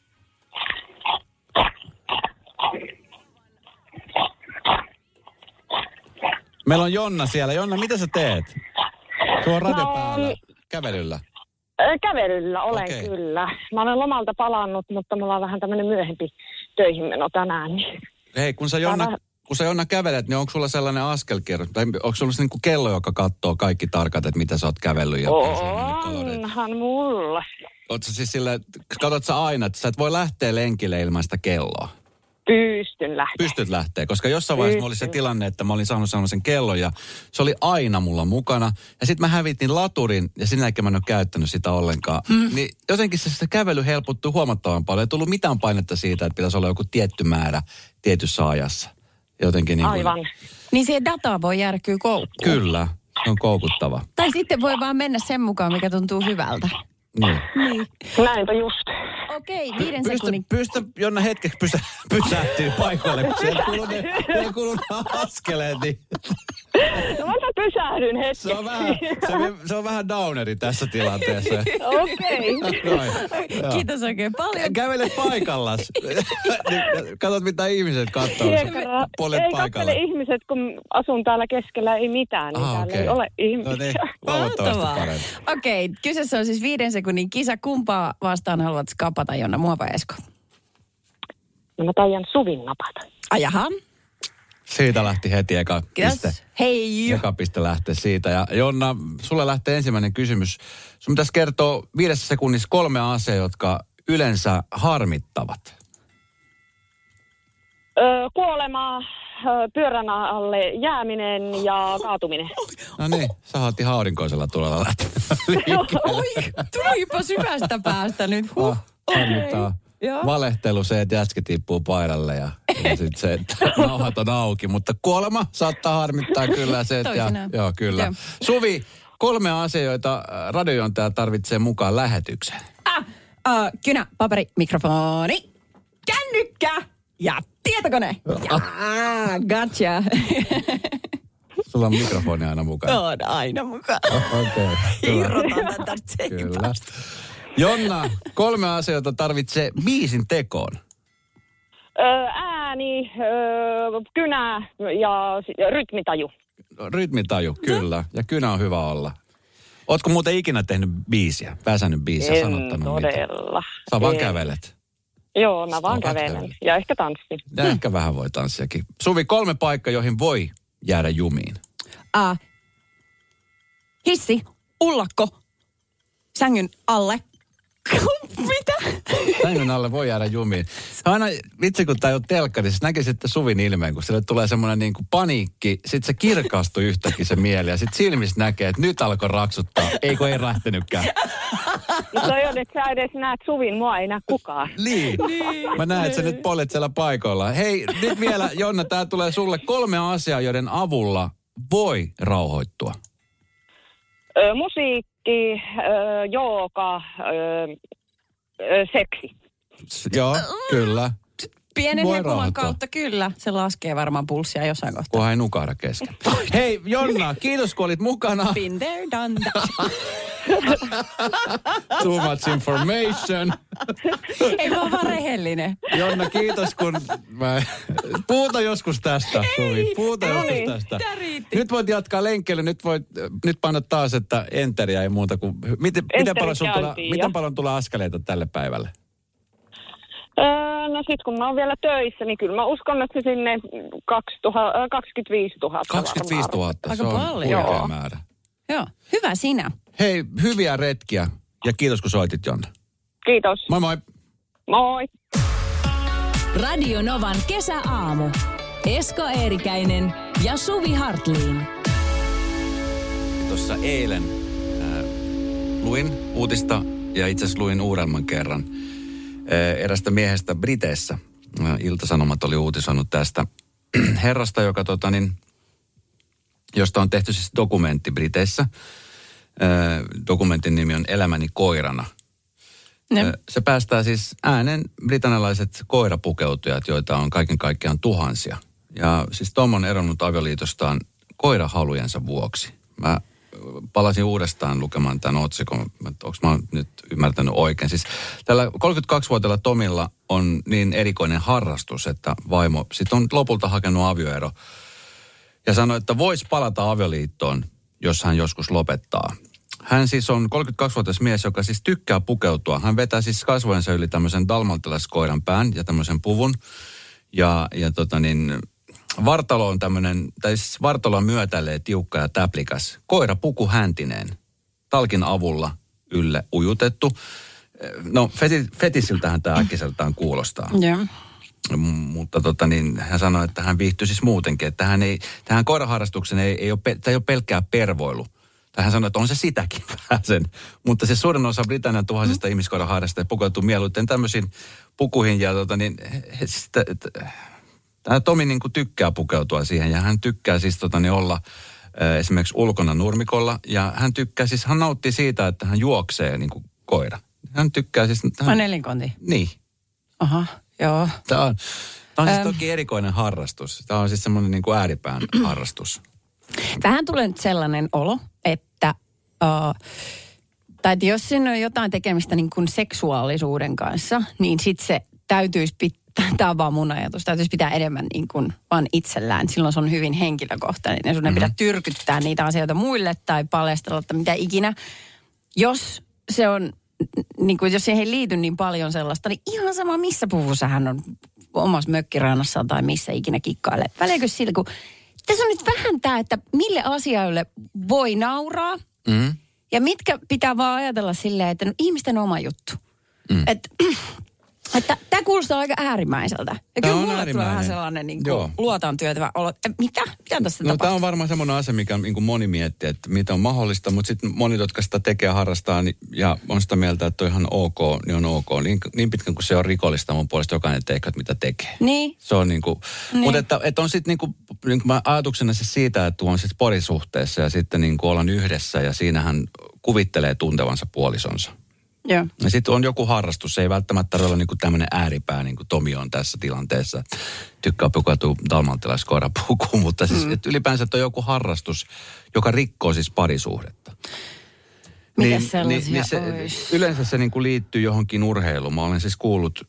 Meillä on Jonna siellä. Jonna, mitä sä teet? Tuo on radio No, päällä. Kävelyllä. Kävelyllä olen Okei. kyllä. Mä olen lomalta palannut, mutta mulla on vähän tämmöinen myöhempi töihinmeno tänään. Niin. Hei, kun sä Jonna, Täällä- kun sä Jonna kävelet, niin onko sulla sellainen askelkierros? Tai onko sulla niinku kello, joka katsoo kaikki tarkat, että mitä sä oot kävellyt? Ja Onhan mulla. Ootko siis sillä, katsot sä aina, että sä et voi lähteä lenkille ilman sitä kelloa? Pystyn lähteä. Pystyt lähteä, koska jossain vaiheessa mulla oli se tilanne, että mä olin saanut sellaisen kellon ja se oli aina mulla mukana. Ja sitten mä hävitin laturin ja sen jälkeen mä en ole käyttänyt sitä ollenkaan. Hmm. Niin jotenkin se, se kävely helpottuu huomattavan paljon. Ei tullut mitään painetta siitä, että pitäisi olla joku tietty määrä tietyssä ajassa. Jotenkin niin kuin... Aivan. Niin siihen dataa voi järkyä koukkuun. Kyllä, se on koukuttava. Tai sitten voi vaan mennä sen mukaan, mikä tuntuu hyvältä. Niin. Niin. Näinpä just. Okei, viiden Pystä, sekunnin. pystä Jonna hetkeksi pysä, pysähtyy paikalle, kun sieltä kuuluu ne, ne kuuluu ne askeleet. Niin. No mä pysähdyn hetki. Se on vähän, se, se on vähän downeri tässä tilanteessa. Okei. Noin. Joo. Kiitos oikein paljon. Kävele paikallas. Katsot, mitä ihmiset katsoo. Hiekara. Polet Ei paikalle. katsele ihmiset, kun asun täällä keskellä, ei mitään, niin Ah, täällä okei. ei ole ihmisiä. No niin, toivottavasti Mahtavaa. parempi. Okei, kyseessä on siis viiden sekunnin kisa. Kumpaa vastaan haluat skapata, Jonna? Mua vai Esko? No mä taian Suvin napata. Ai jaha. Siitä lähti heti eka piste. Kiitos. Hei. Eka piste lähtee siitä. Ja Jonna, sulle lähtee ensimmäinen kysymys. Sun pitäisi kertoa viidessä sekunnissa kolme asiaa, jotka yleensä harmittavat. Öö, kuolema, öö, pyörän alle jääminen ja kaatuminen. No niin, sä oot ihan aurinkoisella tulella lähteä liikkeelle. Oi, tulipa syvästä päästä nyt. Huh. Harmittaa. Joo. Valehtelu se, että jätski tippuu paidalle ja, ja sitten se, että nauhat on auki. Mutta kuolema saattaa harmittaa kyllä se, että... Ja, Toisinaan. joo, kyllä. Joo. Suvi, kolme asiaa, joita radiojuontaja tarvitsee mukaan lähetykseen. Ah, uh, kynä, paperi, mikrofoni, kännykkä ja tietokone. Jaa, gotcha. Sulla on mikrofoni aina mukana. On aina mukana. Okei. Okay, Irrotan tätä Kyllä. Jonna, kolme asiaa, joita tarvitsee biisin tekoon. Öö, ääni, öö, kynä ja si- rytmitaju. Rytmitaju, kyllä. Ja kynä on hyvä olla. Ootko muuten ikinä tehnyt biisiä, pääsänyt biisiä, En sanottanut todella. mitään? Sä vaan En. kävelet. Joo, mä vaan Sä vaan kävelen. kävelet. Ja ehkä tanssin. Ja ehkä vähän voi tanssiakin. Suvi, kolme paikkaa, joihin voi jäädä jumiin. Uh, hissi, ullakko, sängyn alle. Mitä? Sängyn alle voi jäädä jumiin. Aina, vitsi kun tää ei ole telkkari, siis näki sitten Suvin ilmeen, kun sille tulee semmoinen niin kuin paniikki, sit se kirkastui yhtäkkiä se mieli ja sit silmissä näkee, että nyt alkoi raksuttaa. Ei kun ei lähtenytkään. No toi on, että sä edes näet Suvin, mua ei näe kukaan. Niin. Mä näen, että sä nyt poljet siellä paikoilla. Hei, nyt vielä, Jonna, tää tulee sulle kolme asiaa, joiden avulla voi rauhoittua. Ö, musiikki, ö, jooga, ö, ö, seksi. S- Joo, kyllä. Pienen Voi hekuman rauhoittua. kautta kyllä. Se laskee varmaan pulssia jossain kohtaa. Kunhan ei nukahda kesken. Hei, Jonna, kiitos kun olit mukana. Been there, done that. Too much information. Ei mä oon vaan rehellinen. Jonna, kiitos kun... Mä... Puhuta joskus tästä, Suvi. Puhuta No joskus niin. tästä. Tää riitti. Nyt voit jatkaa lenkkeelle. Nyt voit nyt painat taas, että enteriä ei muuta kuin... Miten, miten, Enteri paljon, sulla tulee, käyntiin, miten jo. paljon tulee askeleita tälle päivälle? Öö, no sit kun mä oon vielä töissä, niin kyllä mä uskon, että se sinne kaksituhatta, äh, kaksikymmentäviisituhatta kaksikymmentäviisituhatta, Aika se on paljon. huikea Joo. määrä. Joo, hyvä sinä. Hei, hyviä retkiä ja kiitos kun soitit, Jonna. Kiitos. Moi moi. Moi. Radio Novan kesäaamu. Esko Eerikäinen ja Suvi Hartliin. Tuossa eilen äh, luin uutista ja itse asiassa luin uudemman kerran äh, erästä miehestä Briteissä. Äh, Ilta-Sanomat oli uutisoinut tästä herrasta, joka tota niin, josta on tehty siis dokumentti Briteissä. Äh, dokumentin nimi on Elämäni koirana. Ne. Äh, Se päästää siis äänen britannialaiset koirapukeutujat, joita on kaiken kaikkiaan tuhansia. Ja siis Tom on eronnut avioliitostaan koirahalujensa vuoksi. Mä palasin uudestaan lukemaan tämän otsikon, onko mä nyt ymmärtänyt oikein. Siis tällä kolmekymmentäkaksivuotiaalla Tomilla on niin erikoinen harrastus, että vaimo sitten on lopulta hakenut avioero. Ja sanoi, että voisi palata avioliittoon, jos hän joskus lopettaa. Hän siis on kolmekymmentäkaksivuotias mies, joka siis tykkää pukeutua. Hän vetää siis kasvojensa yli tämmöisen dalmantilaiskoiran pään ja tämmöisen puvun. Ja, ja tota niin, vartalo on tämmöinen, tai siis vartalo on myötäilleen tiukka ja täplikäs. Koira puku häntineen, talkin avulla ylle ujutettu. No feti, fetissiltähän tämä äkkiseltään kuulostaa. Joo. M- mutta tota niin, hän sanoi, että hän viihtyi siis muutenkin. Että hän ei, tähän koiraharrastuksen ei, ei, ole, tämä ei ole pelkkää pervoilu. Tai hän sanoi, että on se sitäkin pääsen. Mutta se suurin osa Britannian tuhansista mm. ihmiskoiraharrastajista pukeutuu mieluiten tämmöisiin pukuihin. Ja tota niin, he, sitä, tämä Tomi niin kuin tykkää pukeutua siihen. Ja hän tykkää siis tota niin olla äh, esimerkiksi ulkona nurmikolla. Ja hän tykkää siis, hän nauttii siitä, että hän juoksee niin kuin koira. Hän tykkää siis... Hän, Vai nelinkonti? Niin. Aha, joo. Tämä on, tämä on siis Ähm. toki erikoinen harrastus. Tämä on siis semmoinen niin kuin ääripään harrastus. Vähän tulee nyt sellainen olo, että, uh, tai että jos siinä on jotain tekemistä niin kuin seksuaalisuuden kanssa, niin sitten se täytyisi pitää, tämä on vaan mun ajatus, täytyisi pitää enemmän niin kuin vaan itsellään. Silloin se on hyvin henkilökohtainen ja sun mm-hmm. ei pidä tyrkyttää niitä asioita muille tai paljastella, että mitä ikinä. Jos se on, niin kuin, jos siihen ei liity niin paljon sellaista, niin ihan sama missä puvussa hän on omassa mökkirannassaan tai missä ikinä kikkailee. Väliäkö sillä, kun tässä on nyt vähän tämä, että mille asioille voi nauraa Mm. ja mitkä pitää vaan ajatella silleen, että no, ihmisten oma juttu. Mm. Että että tämä kuulostaa aika äärimmäiseltä. Ja Tää kyllä on mulle tulee äärimmäinen. vähän sellainen niin Joo. kuin luotaan työtävä olo. että Mitä? Mitä tässä No tämä tapahtuu? on varmaan semmoinen asia, mikä niin kuin moni miettii, että mitä on mahdollista, mutta sitten moni, jotka sitä tekee ja harrastaa niin, ja on sitä mieltä, että on ihan ok, niin on ok. Niin, niin pitkän kuin se on rikollista mun puolesta jokainen tekee, mitä tekee. Niin. Se on niin kuin, Niin. mutta että, että on sitten niin kuin niin kuin mä ajatuksena siis siitä, että on siis parisuhteessa ja sitten niin kuin ollaan yhdessä ja siinä hän kuvittelee tuntevansa puolisonsa. Joo. Ja sitten on joku harrastus, se ei välttämättä ole niin kuin tämmöinen ääripää, niin kuin Tomi on tässä tilanteessa. Tykkää pukeutua dalmantilaiskoirapukuun, mutta siis mm. että ylipäänsä että on joku harrastus, joka rikkoo siis parisuhdetta. Mitä niin, sellaisia niin, niin se, yleensä se niin kuin liittyy johonkin urheiluun. Mä olen siis kuullut,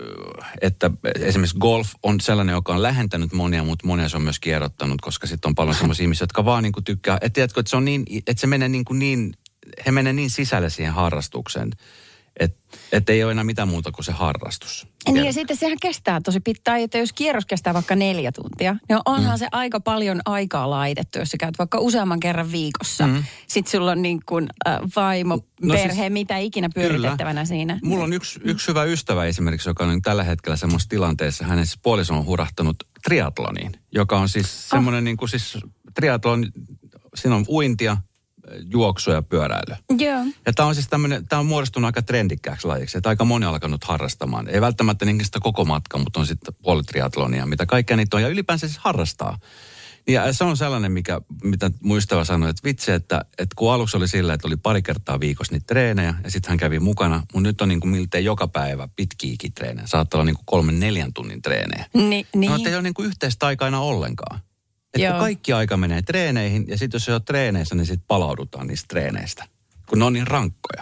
että esimerkiksi golf on sellainen, joka on lähentänyt monia, mutta monia se on myös kierrottanut, koska sitten on paljon sellaisia ihmisiä, jotka vaan niin kuin tykkää. Että tiedätkö, että se on niin, että se menee niin kuin niin, he menee niin sisälle siihen harrastukseen, että et ei ole enää mitään muuta kuin se harrastus. Niin ja sitten sehän kestää tosi pitkään, että jos kierros kestää vaikka neljä tuntia, niin onhan mm. se aika paljon aikaa laitettu, jos sä käyt vaikka useamman kerran viikossa. Mm. Sitten sulla on niin kuin äh, vaimo, no perhe, siis, mitä ikinä pyöritettävänä kyllä. siinä. Mulla on yksi, yksi hyvä ystävä esimerkiksi, joka on tällä hetkellä semmoisessa tilanteessa, hänen siis puoliso on hurahtanut triatloniin, joka on siis semmoinen oh. niin kuin siis triatlon, siinä on uintia, juoksua ja pyöräilyä. Joo. Ja tämä on siis tämmöinen, tämä on muodostunut aika trendikkääksi lajiksi, että aika moni on alkanut harrastamaan. Ei välttämättä niin sitä koko matka, mutta on sitten puoli triatlonia, mitä kaikkea niitä on, ja ylipäänsä siis harrastaa. Ja se on sellainen, mikä, mitä muistava sanoi, että vitsi, että, että kun aluksi oli sillä, että oli pari kertaa viikossa niitä treenejä, ja sitten hän kävi mukana, mutta nyt on niin kuin miltei joka päivä pitkiäkin treenejä. Saattaa olla niin kuin kolmen, neljän tunnin treenejä. Ni, niin. No, että ei ole niin kuin yhteistä aikaa aina ollenkaan. Että kun kaikki aika menee treeneihin, ja sitten jos ei ole treeneissä, niin sitten palaudutaan niistä treeneistä, kun ne on niin rankkoja.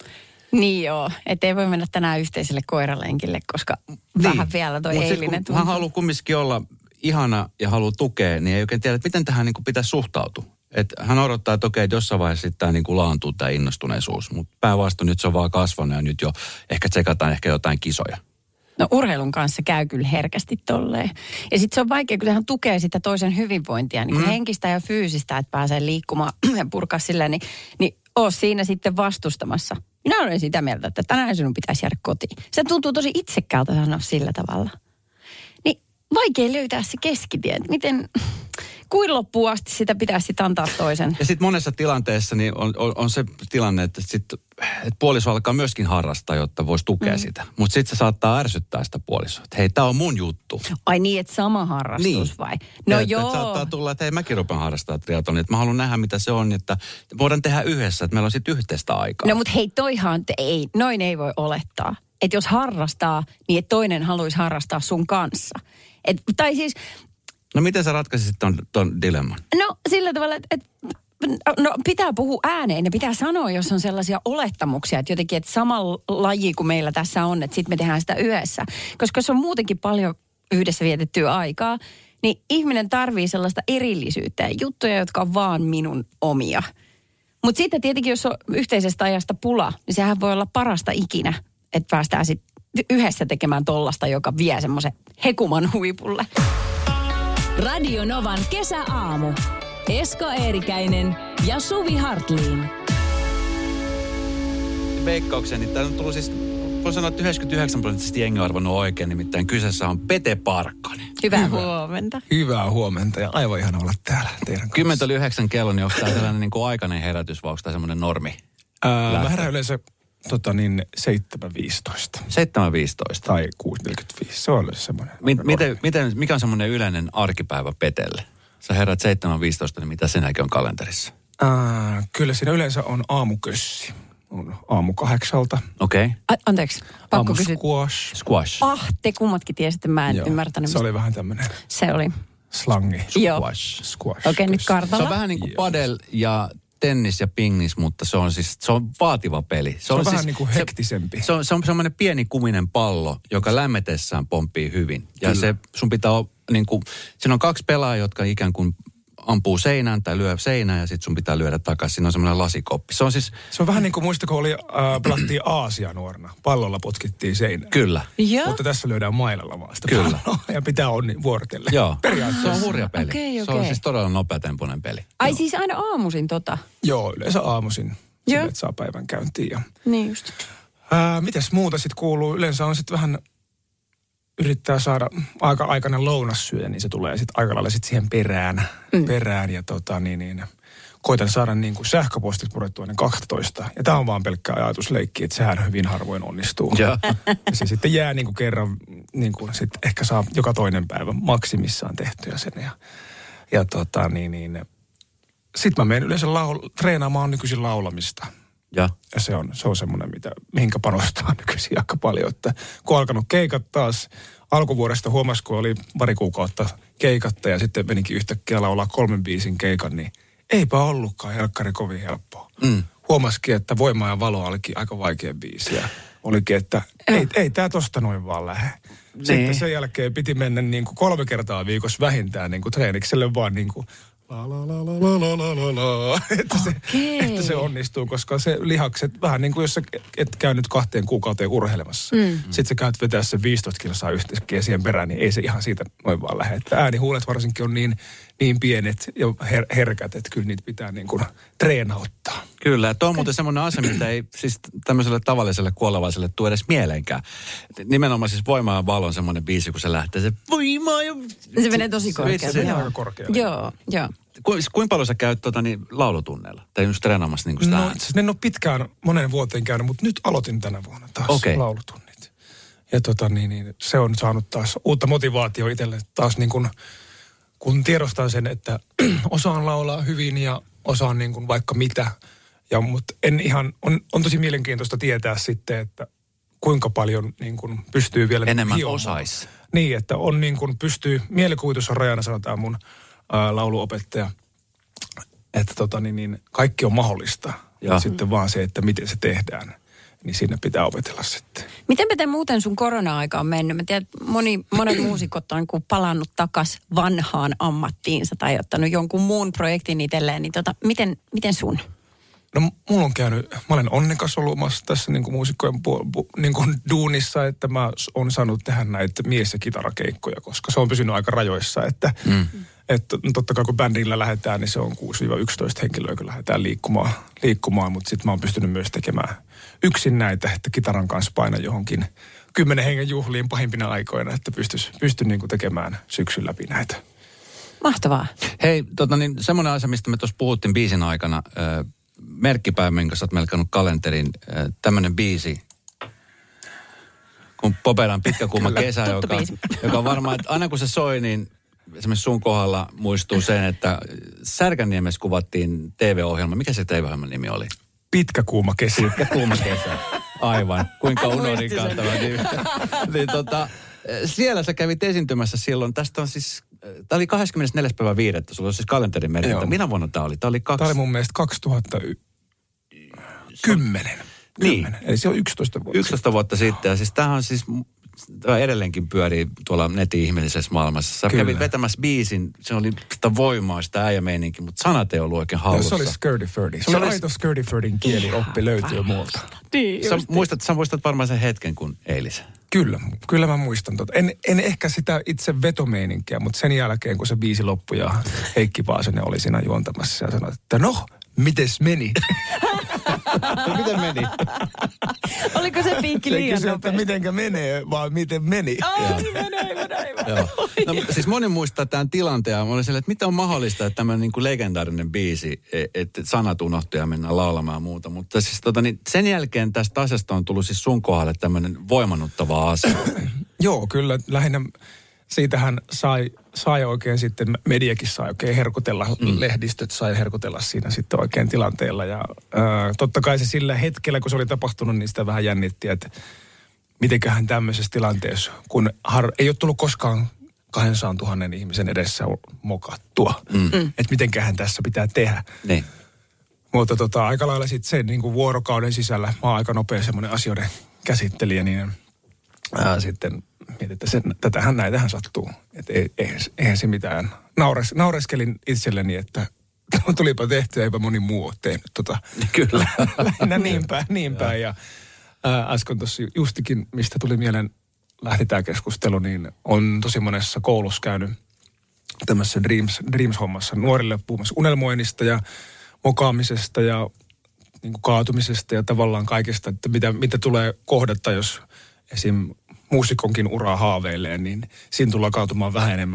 Niin joo, että ei voi mennä tänään yhteiselle koiralenkille, koska niin. vähän vielä toi Mut eilinen tuntuu. Hän haluaa kumminkin olla ihana ja haluaa tukea, niin ei oikein tiedä, että miten tähän niin kuin pitäisi suhtautua. Että hän odottaa, että okei, että jossain vaiheessa sitten tämä niin kuin laantuu tämä innostuneisuus, mutta päinvastoin nyt se on vaan kasvanut ja nyt jo ehkä tsekataan ehkä jotain kisoja. No urheilun kanssa käy kyllä herkästi tolleen. Ja sitten se on vaikea, kun hän tukee sitä toisen hyvinvointia, niin kuin mm. henkistä ja fyysistä, että pääsee liikkumaan ja purkaa silleen, niin, niin oo siinä sitten vastustamassa. Minä olen sitä mieltä, että tänään sinun pitäisi jäädä kotiin. Se tuntuu tosi itsekkäältä sanoa sillä tavalla. Niin vaikea löytää se keskitie, että miten, kuin loppuun asti sitä pitäisi sitten antaa toisen. Ja sitten monessa tilanteessa niin on, on, on se tilanne, että, sit, että puoliso alkaa myöskin harrastaa, jotta voisi tukea mm. sitä. Mutta sitten se saattaa ärsyttää sitä puolisoa, että hei, tämä on mun juttu. Ai niin, että sama harrastus niin. vai? No ja, joo. Että saattaa tulla, että hei, mäkin rupean harrastamaan triatlonia, että mä haluan nähdä, mitä se on, että voidaan tehdä yhdessä, että meillä on sitten yhteistä aikaa. No mutta hei, toihan, ei, noin ei voi olettaa. Että jos harrastaa, niin että toinen haluaisi harrastaa sun kanssa. Et, tai siis... No miten sä ratkaisisit ton, ton dilemman? No sillä tavalla, että et, no, pitää puhua ääneen ja pitää sanoa, jos on sellaisia olettamuksia, että jotenkin, että sama laji kuin meillä tässä on, että sitten me tehdään sitä yhdessä. Koska se on muutenkin paljon yhdessä vietettyä aikaa, niin ihminen tarvii sellaista erillisyyttä ja juttuja, jotka on vaan minun omia. Mutta sitten tietenkin, jos on yhteisestä ajasta pula, niin sehän voi olla parasta ikinä, että päästään sitten yhdessä tekemään tollasta, joka vie semmoisen hekuman huipulle. Radio Novan kesäaamu. Esko Eerikäinen ja Suvi Hartliin. Veikkaukseni, täällä on tullut siis, voi sanoa, että yhdeksänkymmentäyhdeksän prosenttisesti jengi on arvannut oikein, nimittäin kyseessä on Pete Parkkonen. Hyvää Hyvä. huomenta. Hyvää huomenta ja aivan ihana olla täällä teidän kanssa. Kymmentä oli yhdeksän kello, niin onko tämä sellainen niin kuin aikainen herätys vai onko tämä semmoinen normi? Ää, mä herään yleensä tota niin, seitsemän viisitoista. seitsemän viisitoista. Tai kuusi neljäkymmentäviisi. Se on yleensä semmoinen. Mi- miten, miten, mikä on semmoinen yleinen arkipäivä Petelle? Sä herät seitsemän viisitoista, niin mitä senäkin on kalenterissa? Ää, kyllä siinä yleensä on aamukössi. On aamu kahdeksalta. Okei. Okay. Anteeksi, pakko aamu kysyä. squash. Squash. Ah, te kummatkin tiesitte, mä en Joo, ymmärtänyt. Se oli vähän tämmöinen. Se oli. Slangi. Squash. Squash. Okei, okay, nyt kartalla. Se on vähän niin kuin padel ja tennis ja pingis, mutta se on siis, se on vaativa peli. Se, se on, on siis, vähän niin kuin hektisempi. Se on, se on semmoinen pieni kuminen pallo, joka lämmetessään pomppii hyvin. Ja Kyllä. se sun pitää olla niin kuin, siinä on kaksi pelaajaa, jotka ikään kuin ampuu seinään tai lyö seinään ja sitten sun pitää lyödä takaisin. Siinä on semmoinen lasikoppi. Se on siis... Se on vähän niin kuin muista, kun oli, äh, pelattiin Aasia nuorena. Pallolla potkittiin seinään. Kyllä. Ja? Mutta tässä lyödään mailalla vaan sitä Kyllä. palloa ja pitää onni vuorotella. Joo, periaatteessa. Se on hurja peli. Okay, okay. Se on siis todella nopeatempoinen peli. Ai Joo. siis aina aamuisin tota? Joo, yleensä aamuisin. Sille, että saa päivän käyntiin. Ja... Niin just. Äh, mitäs muuta sitten kuuluu? Yleensä on sitten vähän... Yrittää saada aika-aikainen lounassyöjä, niin se tulee sitten aika lailla sit siihen perään. Mm. perään ja tota, niin, niin, koitan saada niin kuin sähköpostit purettua ennen kaksitoista. Ja tämä on vaan pelkkä ajatusleikki, että sehän hyvin harvoin onnistuu. Ja, ja se sitten jää niin kuin kerran, niin kuin sit ehkä saa joka toinen päivä maksimissaan tehtyä sen. Ja, ja tota niin, niin sitten mä menen yleensä laul- treenaamaan nykyisin laulamista. Ja, ja se on, se on semmoinen, mitä, mihinkä panostaa nykyisin aika paljon. Että kun on alkanut keikat taas, alkuvuodesta huomasi, kun oli pari kuukautta keikatta ja sitten menikin yhtäkkiä laulaa kolmen biisin keikan, niin eipä ollutkaan helkkari kovin helppoa. Mm. Huomasikin, että Voima ja valo olikin aika vaikea biisi ja olikin, että ei, ei tää tosta noin vaan lähde. Sitten niin. Sen jälkeen piti mennä niin kuin kolme kertaa viikossa vähintään niin kuin treenikselle vaan niin kuin la la la la la la la la, että se, että se onnistuu, koska se lihakset, vähän niin kuin jos sä et käynyt kahteen kuukauteen urheilemassa, mm. sitten sä käyt vetää sen viisitoista kilsaa yhtäkkiä siihen perään, niin ei se ihan siitä noin vaan lähde. Että äänihuulet varsinkin on niin, niin pienet ja her- herkät, että kyllä niitä pitää niin kuin treenauttaa. Kyllä, ja tuo on muuten semmoinen asia, mitä ei siis tämmöiselle tavalliselle kuolevaiselle tule edes mieleenkään. Nimenomaan siis Voima ja valo on semmoinen biisi, kun se lähtee, se voimaa ja... Se menee tosi korkealle. Se menee aika korkealle. Joo, joo. Ku, kuinka paljon sä käyt tota, niin, laulutunneilla? Tai just treenaamassa niin kuin sitä No ääntä? itse asiassa en ole pitkään moneen vuoteen käynyt, mutta nyt aloitin tänä vuonna taas okay. laulutunnit. Ja tota niin, niin, se on saanut taas uutta motivaatiota itselle taas niin kuin, kun tiedostan sen, että osaan laulaa hyvin ja osaan niin kuin vaikka mitä. Ja, mutta en ihan, on, on tosi mielenkiintoista tietää sitten, että kuinka paljon niin kuin pystyy vielä... Enemmän osaisi. Niin, että on niin kuin pystyy, mielikuvitus on rajana, sanotaan mun ää, lauluopettaja, että tota niin, niin kaikki on mahdollista. Ja sitten vaan se, että miten se tehdään, niin siinä pitää opetella sitten. Miten te muuten sun korona-aika on mennyt? Mä tiedän, että moni, monet muusikot on niin palannut takas vanhaan ammattiinsa tai ottanut jonkun muun projektin itselleen, niin tota, miten, miten sun? No mulla on käynyt, mä olen onnekas ollut omassa tässä niin kuin muusikkojen pu, pu, niin kuin duunissa, että mä oon saanut tehdä näitä mies- ja kitarakeikkoja, koska se on pysynyt aika rajoissa, että mm. että totta kai kun bändillä lähdetään, niin se on kuusi yksitoista henkilöä, kun lähdetään liikkumaan, liikkumaan mutta sitten mä oon pystynyt myös tekemään yksin näitä, että kitaran kanssa paina johonkin kymmenen hengen juhliin pahimpina aikoina, että pystys, pystyn niin kuin tekemään syksyn läpi näitä. Mahtavaa. Hei, tota niin, semmoinen asia, mistä me tuossa puhuttiin biisin aikana, äh, merkkipäivä, minkä sä oot melkannut kalenterin, äh, tämmöinen biisi, kun Poperan Pitkä kuuma kesä, joka, joka on varmaan, että aina kun se soi, niin esimerkiksi sun kohdalla muistuu sen, että Särkänniemessä kuvattiin T V-ohjelma. Mikä se T V-ohjelman nimi oli? Pitkä kuuma kesä. Pitkä kuuma kesä. Aivan. Kuinka unohdinkaan tämä nimi. Niin tota, siellä sä kävit esiintymässä silloin. Tästä on siis, tämä oli kahdeskymmenesneljäs päivä viidettä. Sulla on siis kalenterin merkintä. Minä vuonna tämä oli? Tämä oli, kaksi... tämä oli mun mielestä kaksituhattakymmenen. Niin. Eli se on yksitoista vuotta. yksitoista vuotta sitten. Ja siis tämähän on siis... Tämä edelleenkin pyörii tuolla netin ihmeellisessä maailmassa. Sä Kyllä. kävit vetämässä biisin, se oli sitä voimaa, sitä äijämeininki, mutta sanat ei ollut oikein hallussa. No, se oli Skirty-Furdy. Se, se oli aito Skirty-Furdyn kielioppi löytyy muulta. Niin, sä, muistat, sä muistat varmaan sen hetken kuin eilisen. Kyllä, kyllä mä muistan. Tota. En, en ehkä sitä itse vetomeininkiä, mutta sen jälkeen kun se biisi loppui ja Heikki Paasonen oli siinä juontamassa ja sanoi, että no, mites meni? No, miten meni? Oliko se piikki liian nopeasti? Että mitenkä menee, vaan miten meni. Oh, niin menee, menee, menee. No, siis moni muistaa tämän tilanteen. Mä olin sille, että mitä on mahdollista, että tämmöinen niin kuin legendaarinen biisi, että sanat unohtuu ja mennään laulamaan ja muuta. Mutta siis tota, niin sen jälkeen tästä asiasta on tullut siis sun kohdalle tämmöinen voimannuttava asia. Joo, kyllä. Lähinnä siitähän sai, sai oikein sitten, mediakin sai oikein herkutella, mm. lehdistöt sai herkutella siinä sitten oikein tilanteella. Ja ää, totta kai se sillä hetkellä, kun se oli tapahtunut, niin sitä vähän jännitti, että mitenköhän tämmöisessä tilanteessa, kun har, ei ole tullut koskaan kaksisataatuhatta ihmisen edessä mokattua, mm. että mitenköhän tässä pitää tehdä. Niin. Mutta tota, aika lailla sitten se niin kuin vuorokauden sisällä, mä oon aika nopea semmoinen asioiden käsittelijä, niin ää, sitten mietin, että sen, tätähän näitähän sattuu. Että eihän, eihän se mitään. Naures, naureskelin itselleni, että tulipa tehtyä, eipä moni muu ole tehnyt tota. Kyllä. Lähinnä niin päin, niin päin. Ja ää, äsken tuossa justikin, mistä tuli mieleen, lähti tämä keskustelu, niin on tosi monessa koulussa käynyt tämmöisessä Dreams, Dreams-hommassa nuorille puhumassa unelmoinnista ja mokaamisesta ja niin kuin kaatumisesta ja tavallaan kaikesta, että mitä, mitä tulee kohdata, jos esim. Muusikonkin uraa haaveilee, niin siinä tullaan kaatumaan vähän enemmän kuin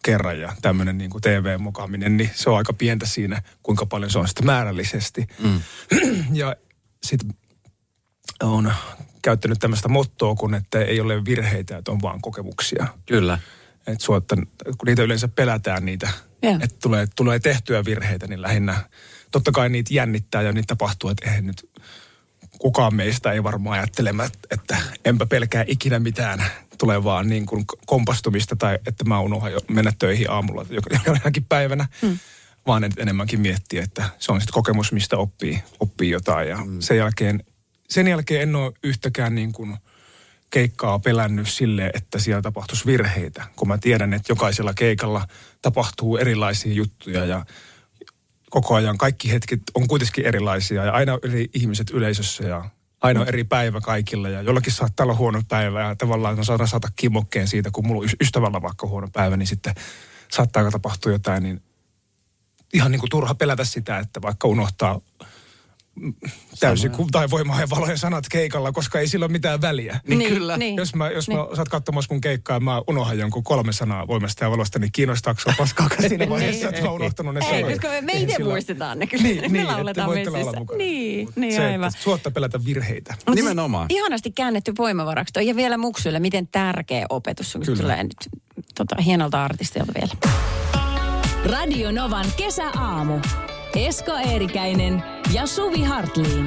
kerran ja tämmöinen niin kuin T V-mokaaminen, niin se on aika pientä siinä, kuinka paljon se on sitten määrällisesti. Mm. Ja sitten on käyttänyt tämmöistä mottoa, kun että ei ole virheitä, että on vaan kokemuksia. Kyllä. Että suotta, kun niitä yleensä pelätään niitä, yeah. että tulee, tulee tehtyä virheitä, niin lähinnä totta kai niitä jännittää ja niitä tapahtuu, että eihän nyt kukaan meistä ei varmaan ajattelema, että enpä pelkää ikinä mitään. Tulee vaan niin kuin kompastumista tai että mä unohan jo mennä töihin aamulla jonakin päivänä. Mm. Vaan enemmänkin miettiä, että se on sitten kokemus, mistä oppii, oppii jotain. Ja mm. sen, jälkeen, sen jälkeen en ole yhtäkään niin kuin keikkaa pelännyt silleen, että siellä tapahtuisi virheitä. Kun mä tiedän, että jokaisella keikalla tapahtuu erilaisia juttuja ja koko ajan kaikki hetket on kuitenkin erilaisia ja aina on eri ihmiset yleisössä ja aina on eri päivä kaikilla ja jollakin saattaa olla huono päivä ja tavallaan on saada saada kimokkeen siitä, kun mulla on ystävällä vaikka huono päivä, niin sitten saattaa tapahtua jotain, niin ihan niin kuin turha pelätä sitä, että vaikka unohtaa täysin ku, tai voimaa ja valojen sanat keikalla, koska ei sillä ole mitään väliä. Niin, niin kyllä. Niin. Jos mä, jos niin. mä saat katsomassa mun keikkaa ja mä unohan jonkun kolme sanaa voimasta ja valosta, niin kiinnostaako sua paskaakaan siinä vaiheessa, että mä oon unohtanut ne sanat. Ei, koska me, me itse sillä muistetaan ne kyllä. Niin, me niin lauletaan messissä. Niin, niin se, aivan. Suotta pelätä virheitä. Mut nimenomaan. Siis ihanasti käännetty voimavaraksi. Ja vielä muksuille, miten tärkeä opetus on, kun tulee nyt tota, hienolta artistilta vielä. Radio Novan kesäaamu. Esko Eerikäinen ja Suvi Hartliin.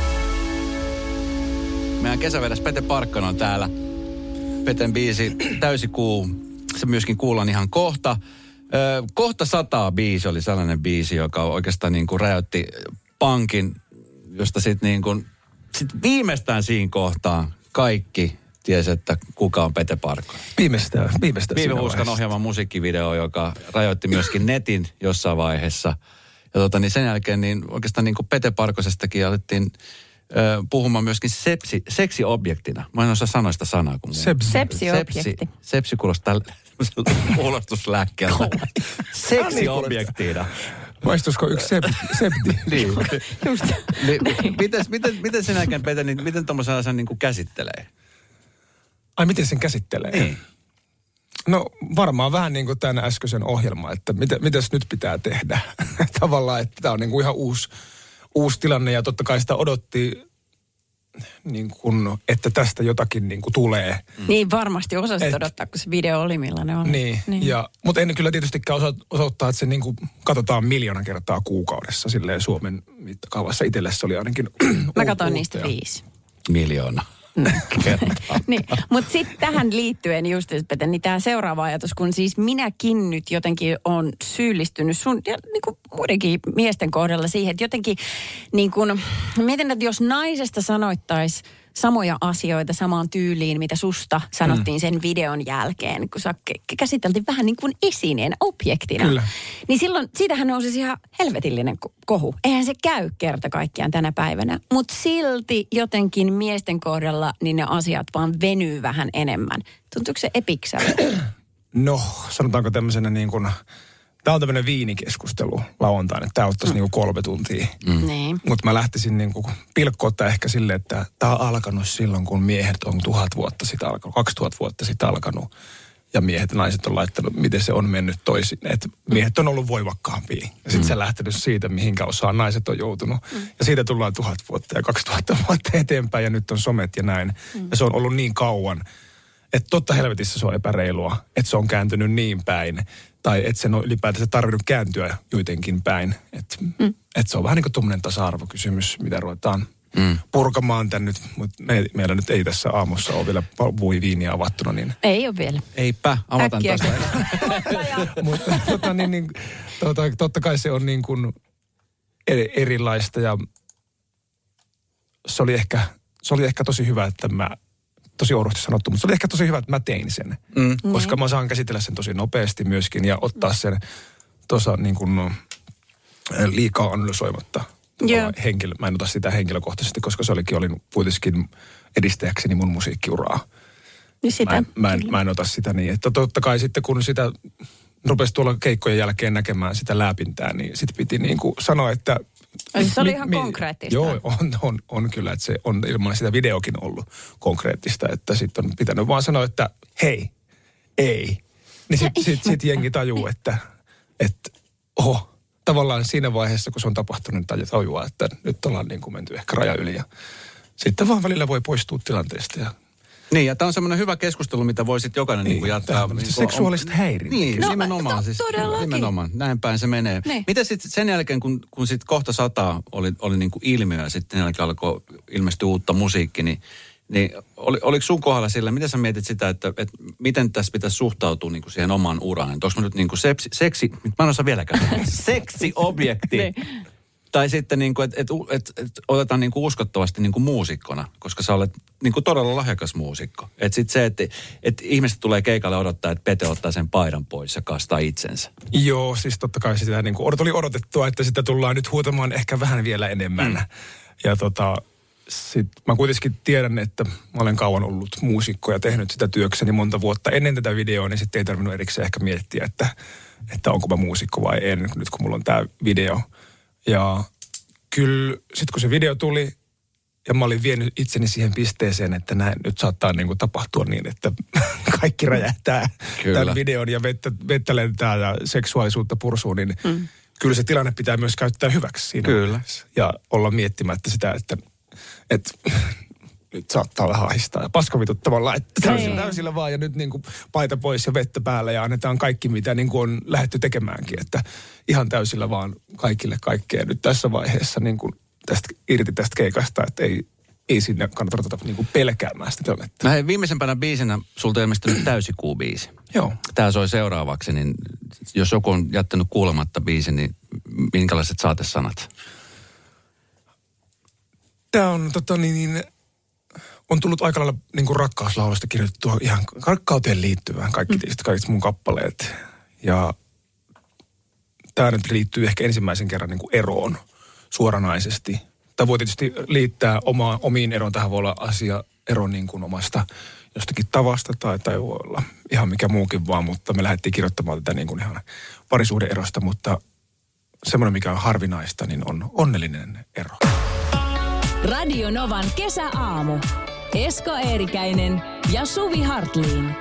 Meidän kesävedässä Pete Parkkonen on täällä. Peten biisi Täysikuu. Se myöskin kuullaan ihan kohta. Ö, kohta sataa biisi oli sellainen biisi, joka oikeastaan niin kuin räjäytti pankin, josta sitten niin kuin, sit viimeistään siinä kohtaa kaikki tiesi, että kuka on Pete Parkkonen. Viimeistään, viimeistään. Viime Huuskan ohjelman musiikkivideo, joka rajoitti myöskin netin jossain vaiheessa. Ja tota, niin sen jälkeen niin oikeastaan niin kuin Pete Parkosestakin alettiin ö, puhumaan myöskin sepsi, seksiobjektina. Mä en osaa sanoa sitä sanaa. Kun sepsi. Sepsiobjekti. Sepsi, sepsi kuulostaa kuulostuslääkkeeltä. Seksiobjektina. Maistuisiko yksi sep, septi? Niin. Just. Niin, miten, miten, miten sen jälkeen, Pete, niin miten tuommoisen asian niin kuin käsittelee? Ai miten sen käsittelee? Niin. No varmaan vähän niin kuin tämän äskeisen ohjelman, että mitä, mitäs nyt pitää tehdä. Tavallaan, että tämä on niin kuin ihan uusi, uusi tilanne ja totta kai sitä odotti, niin kuin, että tästä jotakin niin kuin tulee. Mm. Niin varmasti osasit odottaa, kun se video oli millainen oli. Niin, niin. Ja, mutta en kyllä tietystikään osa, osoittaa, että se niin kuin katsotaan miljoona kertaa kuukaudessa silleen Suomen mittakaavassa. Itselle se oli ainakin Mä katsoin niistä viisi. Miljoona. niin, mutta sitten tähän liittyen just, Pete, niin tämä seuraava ajatus, kun siis minäkin nyt jotenkin on syyllistynyt sun ja niin kuin muidenkin miesten kohdalla siihen, että jotenkin niin kuin, mietin, että jos naisesta sanoittaisi samoja asioita samaan tyyliin, mitä susta sanottiin mm. sen videon jälkeen, kun sä käsiteltiin vähän niin kuin esineen, objektina. Kyllä. Niin silloin, siitähän nousisi ihan helvetillinen kohu. Eihän se käy kerta kaikkiaan tänä päivänä. Mutta silti jotenkin miesten kohdalla niin ne asiat vaan venyy vähän enemmän. Tuntuuko se epikseltä? No, sanotaanko tämmöisenä niin kuin... Tämä on tämmöinen viinikeskustelu lauantaina, että tämä ottaisi mm. niinku kolme tuntia. Mm. Niin. Mutta mä lähtisin niinku pilkkoottaa ehkä silleen, että tämä on alkanut silloin, kun miehet on tuhat vuotta sitten alkanut, kaksituhatta vuotta sitten alkanut. Ja miehet ja naiset on laittanut, miten se on mennyt toisin. Että miehet on ollut voimakkaampia. Ja sitten mm. se lähtenyt siitä, mihinkä osaan naiset on joutunut. Mm. Ja siitä tullaan tuhat vuotta ja kaksituhatta vuotta eteenpäin ja nyt on somet ja näin. Mm. Ja se on ollut niin kauan, että totta helvetissä se on epäreilua, että se on kääntynyt niin päin. Tai että sen on ylipäätänsä tarvinnut kääntyä jotenkin päin. Että mm. et se on vähän niin kuin tuommoinen tasa-arvokysymys, mitä ruvetaan mm. purkamaan tän nyt. Mutta me, meillä nyt ei tässä aamussa ole vielä voi viiniä avattuna. Niin... Ei ole vielä. Eipä, avataan Äkkiä. tästä. Mutta tota, niin, niin, tota, totta kai se on niin kuin eri, erilaista ja se oli, ehkä, se oli ehkä tosi hyvä, että mä... tosi oudosti sanottu, mutta se oli ehkä tosi hyvä, että mä tein sen. Mm. Koska mä saan käsitellä sen tosi nopeasti myöskin ja ottaa sen tuossa niin kuin liikaa analysoimatta. Yeah. Henkilö, mä en ota sitä henkilökohtaisesti, koska se olikin, olin kuitenkin edistäjäkseni mun musiikkiuraa. Niin sitä. Mä en, mä, en, mä en ota sitä niin. Että totta kai sitten kun sitä rupesi tuolla keikkojen jälkeen näkemään sitä läpintää, niin sitten piti niin kuin sanoa, että... Se oli mi, ihan mi, konkreettista. Joo, on, on, on kyllä, että se on ilman sitä videokin ollut konkreettista, että sitten on pitänyt vaan sanoa, että hei, ei, Niin sitten sit, sit jengi tajuu, että, että oho, tavallaan siinä vaiheessa, kun se on tapahtunut, niin tajuaa, että nyt ollaan niin kuin menty ehkä raja yli. Ja sitten vaan välillä voi poistua tilanteesta. Ja niin, ja tämä on semmoinen hyvä keskustelu, mitä voisit jokainen niin, niin jatkaa. Niin seksuaalista häirintää. Niin, no, nimenomaan. to, siis, todellakin. Nimenomaan, näin päin se menee. Niin. Mitä sitten sen jälkeen, kun, kun sitten kohta sataa oli, oli niin kuin ilmiö, ja sitten jälkeen alkoi ilmestyä uutta musiikki, niin, niin oli, oliko sun kohdalla sillä, miten sä mietit sitä, että, että miten tässä pitäisi suhtautua niin kuin siihen omaan uraan? Onko mä nyt niin kuin sepsi, seksi, mä en osaa vieläkään, seksiobjekti. Niin. Tai sitten, niin kuin, että et, et, et otetaan niin kuin uskottavasti niin kuin muusikkona, koska sä olet niin kuin todella lahjakas muusikko. Että sitten se, että et ihmiset tulee keikalle odottaa, että Pete ottaa sen paidan pois ja kastaa itsensä. Joo, siis totta kai sitä niin kuin oli odotettua, että sitä tullaan nyt huutamaan ehkä vähän vielä enemmän. Mm. Ja tota, sit mä kuitenkin tiedän, että mä olen kauan ollut muusikko ja tehnyt sitä työkseni monta vuotta ennen tätä videoa, niin sitten ei tarvinnut erikseen ehkä miettiä, että, että onko mä muusikko vai en, nyt kun mulla on tää video. Ja kyllä sitten kun se video tuli ja mä olin vienyt itseni siihen pisteeseen, että näin nyt saattaa niin kuin tapahtua niin, että kaikki räjähtää kyllä tämän videon ja vettä, vettä lentää ja seksuaalisuutta pursuu, niin mm. kyllä se tilanne pitää myös käyttää hyväksi siinä. Kyllä. Ja olla miettimättä sitä, että, että nyt saattaa vähän ahistaa ja paskovitut tavallaan, että täysillä, täysillä vaan ja nyt niin kuin paita pois ja vettä päällä ja annetaan kaikki, mitä niin kuin on lähdetty tekemäänkin, että ihan täysillä vaan kaikille kaikkea nyt tässä vaiheessa niin kuin tästä, irti tästä keikasta, että ei, ei sinne kannata ruveta niin kuin pelkäämään sitä tilannetta. Mä hei, viimeisempänä biisinä sulta ilmestynyt täysikuu-biisi. Joo. Tää soi seuraavaksi, niin jos joku on jättänyt kuulematta biisin, niin minkälaiset saatesanat? Tää on tota niin... On tullut aika lailla niin kuin rakkauslaulusta kirjoitettua ihan rakkauteen liittyvään kaikki, mm. kaikki mun kappaleet. Ja tämä nyt liittyy ehkä ensimmäisen kerran niin kuin eroon suoranaisesti. Tämä voi tietysti liittää oma, omiin eroon. Tähän voi olla asia ero niin kuin omasta jostakin tavasta tai, tai voi olla ihan mikä muukin vaan. Mutta me lähdettiin kirjoittamaan tätä niin kuin ihan parisuhde-erosta. Mutta semmoinen, mikä on harvinaista, niin on onnellinen ero. Radio Novan kesäaamu. Esko Eerikäinen ja Suvi Hartliin.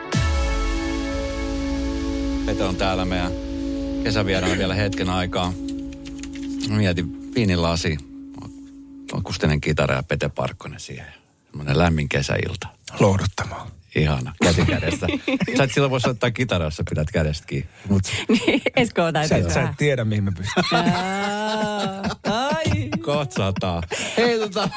Pete on täällä meidän kesävieraana vielä hetken aikaa. Mä mietin viinilasi, akustinen kitara ja Pete Parkkonen siihen. Semmoinen lämmin kesäilta. Lohduttamaan. Ihana, käsi kädestä. Sä et silloin voi soittaa kitaraa, jos sä pidät kädestä kiinni. Mut... Niin, Esko täytyy sä, vähän. sä et tiedä, mihin me pystytään. Ai. Kotsataan. Hei tota...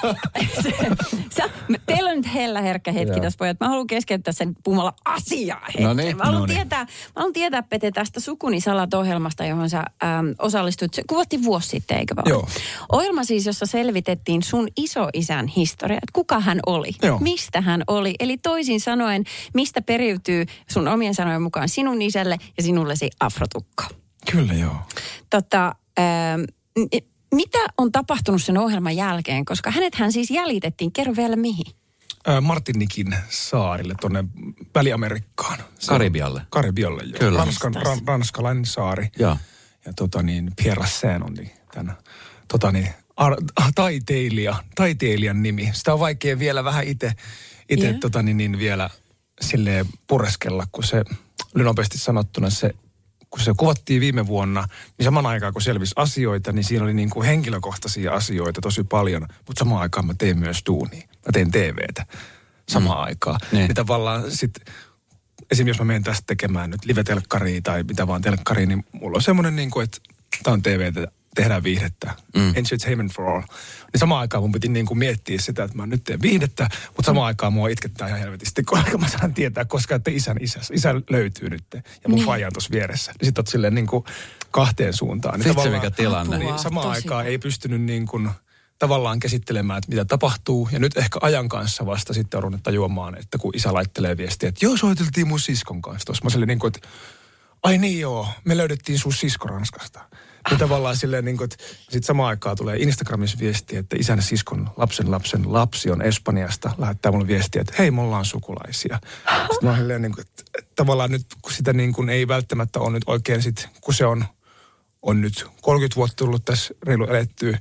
Sä, teillä on nyt hellä herkkä hetki Joo. tässä pojat. Mä haluan keskeyttää sen puhumalla asiaa hetken. No niin. Mä haluan No niin. tietää, mä haluan tietää, Pete, tästä Sukuni Salat-ohjelmasta, johon sä äm, osallistuit. Se kuvattiin vuosi sitten, eikö vaan? Joo. Ohjelma siis, jossa selvitettiin sun isoisän historia. Että kuka hän oli? Joo. Mistä hän oli? Eli toisin sanoen, mistä periytyy sun omien sanojen mukaan sinun isälle ja sinullesi afrotukka? Kyllä joo. Tota, ähm, mitä on tapahtunut sen ohjelman jälkeen? Koska hänethän siis jäljitettiin. Kerro vielä mihin. Martinikin saarille, tuonne Väli-Amerikkaan. Se Karibialle. Karibialle, joo. Kyllä. Ranskan, ran, ranskalainen saari. Joo. Ja tota niin, Pierre Rassin on niin, tämän, tota niin, ar, taiteilija, taiteilijan nimi. Sitä on vaikea vielä vähän itse ite, Yeah. tota niin, niin vielä silleen pureskella, kun se, nopeasti sanottuna se, kun se kuvattiin viime vuonna, niin saman aikaan kun selvisi asioita, niin siinä oli niin kuin henkilökohtaisia asioita tosi paljon, mutta samaan aikaan mä tein myös duunia. Mä tein T V:tä samaan mm. aikaan. Niin. Niin tavallaan sitten, esimerkiksi jos mä menen tästä tekemään nyt live-telkkariin tai mitä vaan telkkariin, niin mulla on semmoinen niin kuin, että tää on T V:tä, tehdään viihdettä. Mm. Entertainment for all. Niin samaan aikaan mun piti niin kuin miettiä sitä, että mä nyt teen viihdettä, mutta samaan aikaan mua itkettää ihan helvetisti, koska mä saan tietää, koska että isän isäs, isä löytyy nyt ja mun niin. faija on tuossa vieressä. Niin sit oot silleen niin kuin kahteen suuntaan. Niin Vitsi mikä tilanne. Niin samaan Tosi aikaan hyvä. ei pystynyt niin kuin tavallaan käsittelemään, että mitä tapahtuu. Ja nyt ehkä ajan kanssa vasta sitten on ruvennut tajuamaan, että kun isä laittelee viestiä, että joo, soiteltiin mun siskon kanssa tuossa. Mä silleen niin kuin, että ai niin joo, me löydettiin sun sisko Ranskasta. Ja tavallaan silleen niin kuin, että sitten samaan aikaan tulee Instagramissa viestiä, että isän siskon lapsen lapsen lapsi on Espanjasta. Lähettää mulle viestiä, että hei, me ollaan sukulaisia. Sitten mä oon silleen niin kuin, että, että tavallaan nyt, kun sitä niin kuin ei välttämättä ole nyt oikein sit, kun se on, on nyt kolmekymmentä vuotta tullut tässä reilu elettyä,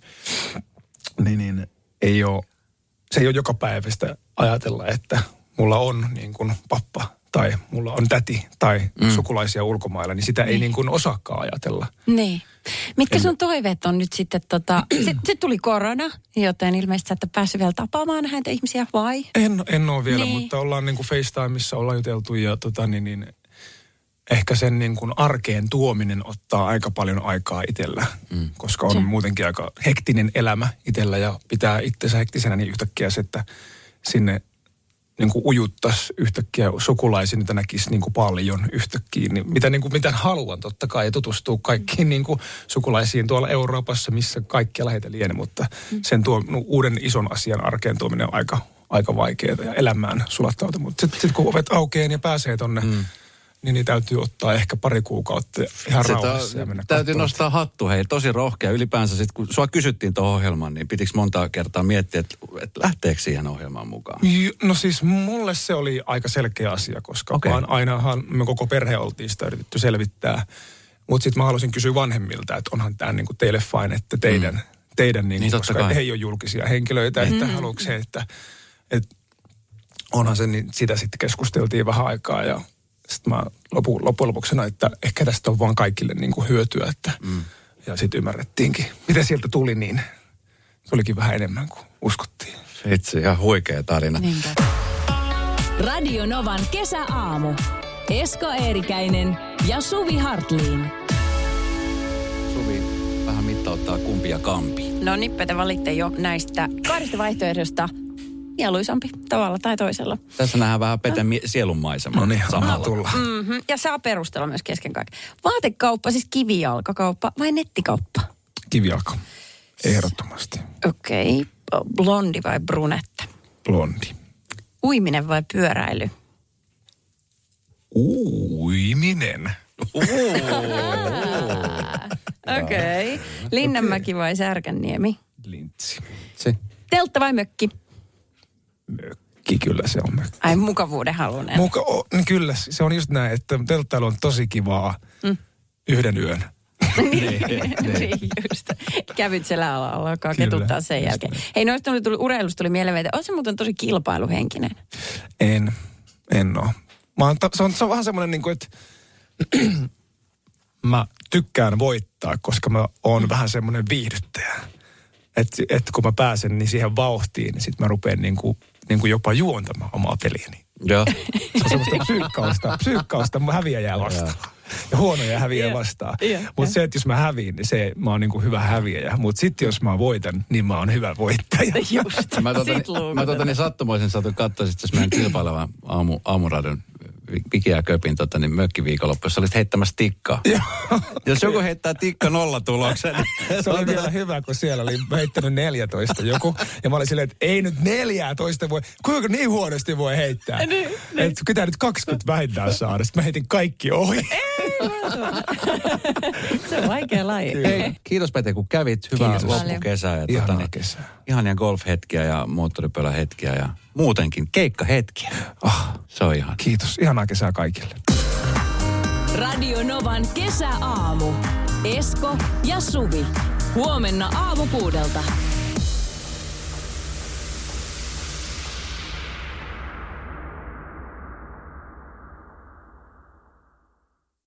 niin, niin ei ole, se ei ole joka päivästä ajatella, että mulla on niin kuin pappa tai mulla on täti tai Mm. sukulaisia ulkomailla, niin sitä ei niin kuin osaakaan ajatella. Niin. Mitkä sun toiveet on nyt sitten, tota, sitten sit tuli korona, joten ilmeisesti sä et päässyt vielä tapaamaan näitä ihmisiä, vai? En, en ole vielä, Niin. mutta ollaan niin kuin FaceTimeissa ollaan juteltu ja tota, niin, niin, ehkä sen niin kuin arkeen tuominen ottaa aika paljon aikaa itsellä, mm. koska on Se. muutenkin aika hektinen elämä itsellä ja pitää itsensä hektisenä, niin yhtäkkiä se, että sinne niin kuin ujuttaisi yhtäkkiä sukulaisia, niitä näkisi niin kuin paljon yhtäkkiä. Niin mitä, niin kuin, mitä haluan totta kai ja tutustua kaikkiin niin kuin sukulaisiin tuolla Euroopassa, missä kaikkialla heitä liene, mutta mm. sen tuo no, uuden ison asian arkeen tuominen on aika, aika vaikeaa ja elämään sulattautu. Mutta sitten sit kun ovet aukeaa ja pääsee tonne, mm. niin, niin täytyy ottaa ehkä pari kuukautta ihan Se rauhassa ta- ja mennä Täytyy katsomaan. nostaa hattu, hei, tosi rohkea. Ylipäänsä sitten, kun sua kysyttiin tuohon ohjelmaan, niin pitikö monta kertaa miettiä, että, että lähteekö siihen ohjelmaan mukaan? Jo, no siis mulle se oli aika selkeä asia, koska Okei. okay. ainahan me koko perhe oltiin sitä yritetty selvittää. Mutta sitten mä halusin kysyä vanhemmilta, että onhan tämä niinku teille fine, että teidän, mm. teidän niinku, Niin, totta koska kai. he ei ole julkisia henkilöitä, että mm. haluatko se, että, että onhan se, niin sitä sitten keskusteltiin vähän aikaa ja sitten mä lopu, loppujen lopuksi sanoin, että ehkä tästä on vaan kaikille niinku hyötyä, että mm. ja sitten ymmärrettiinkin. Mitä sieltä tuli, niin tulikin vähän enemmän kuin uskottiin. Itse ihan huikea tarina. Niinpä. Radio Novan kesäaamu. Esko Eerikäinen ja Suvi Hartliin. Suvi vähän mittauttaa kumpia kampi. No niin, te valitte jo näistä kahdesta vaihtoehdosta mieluisampi tavalla tai toisella. Tässä nähdään vähän Peten mie- sielunmaisema. No niin, samalla. tulla. Mm-hmm. Ja saa perustella myös kesken kaiken. Vaatekauppa, siis kivijalkakauppa vai nettikauppa? Kivijalka. Ehdottomasti. Okei. Okay. Blondi vai brunetta? Blondi. Uiminen vai pyöräily? Uiminen. Okei. Okay. Linnanmäki vai Särkänniemi? Lintsi. Se. Teltta vai mökki? Mökki, kyllä se on mökki. Ai mukavuuden halunen. Muka, o, niin kyllä, se on just näin, että telttailu on tosi kivaa mm. yhden yön. Niin just. Kävyt selä alla, alkaa Kyllä, ketuttaa sen just jälkeen. näin. Hei, noista tuli, tuli urheilusta tuli mieleen, että on se muuten tosi kilpailuhenkinen. En, en oo. Mä oon, ta- se, on, se on vähän semmoinen, niin kuin, että mä tykkään voittaa, koska mä oon mm. vähän semmoinen viihdyttäjä. Että et kun mä pääsen niin siihen vauhtiin, niin sit mä rupean niin kuin, niin kuin jopa juontamaan omaa peliäni. Joo. Se on semmoista psyykkausta, psyykkausta häviäjää vastaan. Ja huonoja häviäjää vastaan. Mutta se, että jos mä häviin, niin se, mä oon niinku hyvä häviäjä. Mutta sitten jos mä voitan, niin mä oon hyvä voittaja. Just. Mä tota, Sit mä tota niin sattumoisin satun katsoa sitten tässä meidän kilpailevan aamu, aamuradion Viki ja Köpin tota, niin mökkiviikonloppu, jossa olit heittämässä tikkaa. Jos joku heittää tikka nollatuloksen, niin Se oli vielä hyvä, kun siellä oli heittänyt neljätoista joku. Ja mä olin silleen, että ei nyt neljätoista voi, kuinka niin huonosti voi heittää? Että pitää nyt kaksikymmentä vähintään saada. Sitten mä heitin kaikki ohi. Se on vaikea laji. Hei, kiitos Pete, kun kävit. Hyvää Kiitos loppukesää. Ja, Ihanaa tota, niin, kesää. ihania golfhetkiä ja moottoripyörähetkiä ja muutenkin keikkahetkiä. Oh, Se on ihan. kiitos. Ihanaa kesää kaikille. Radio Novan kesäaamu. Esko ja Suvi. Huomenna aamu kuudelta.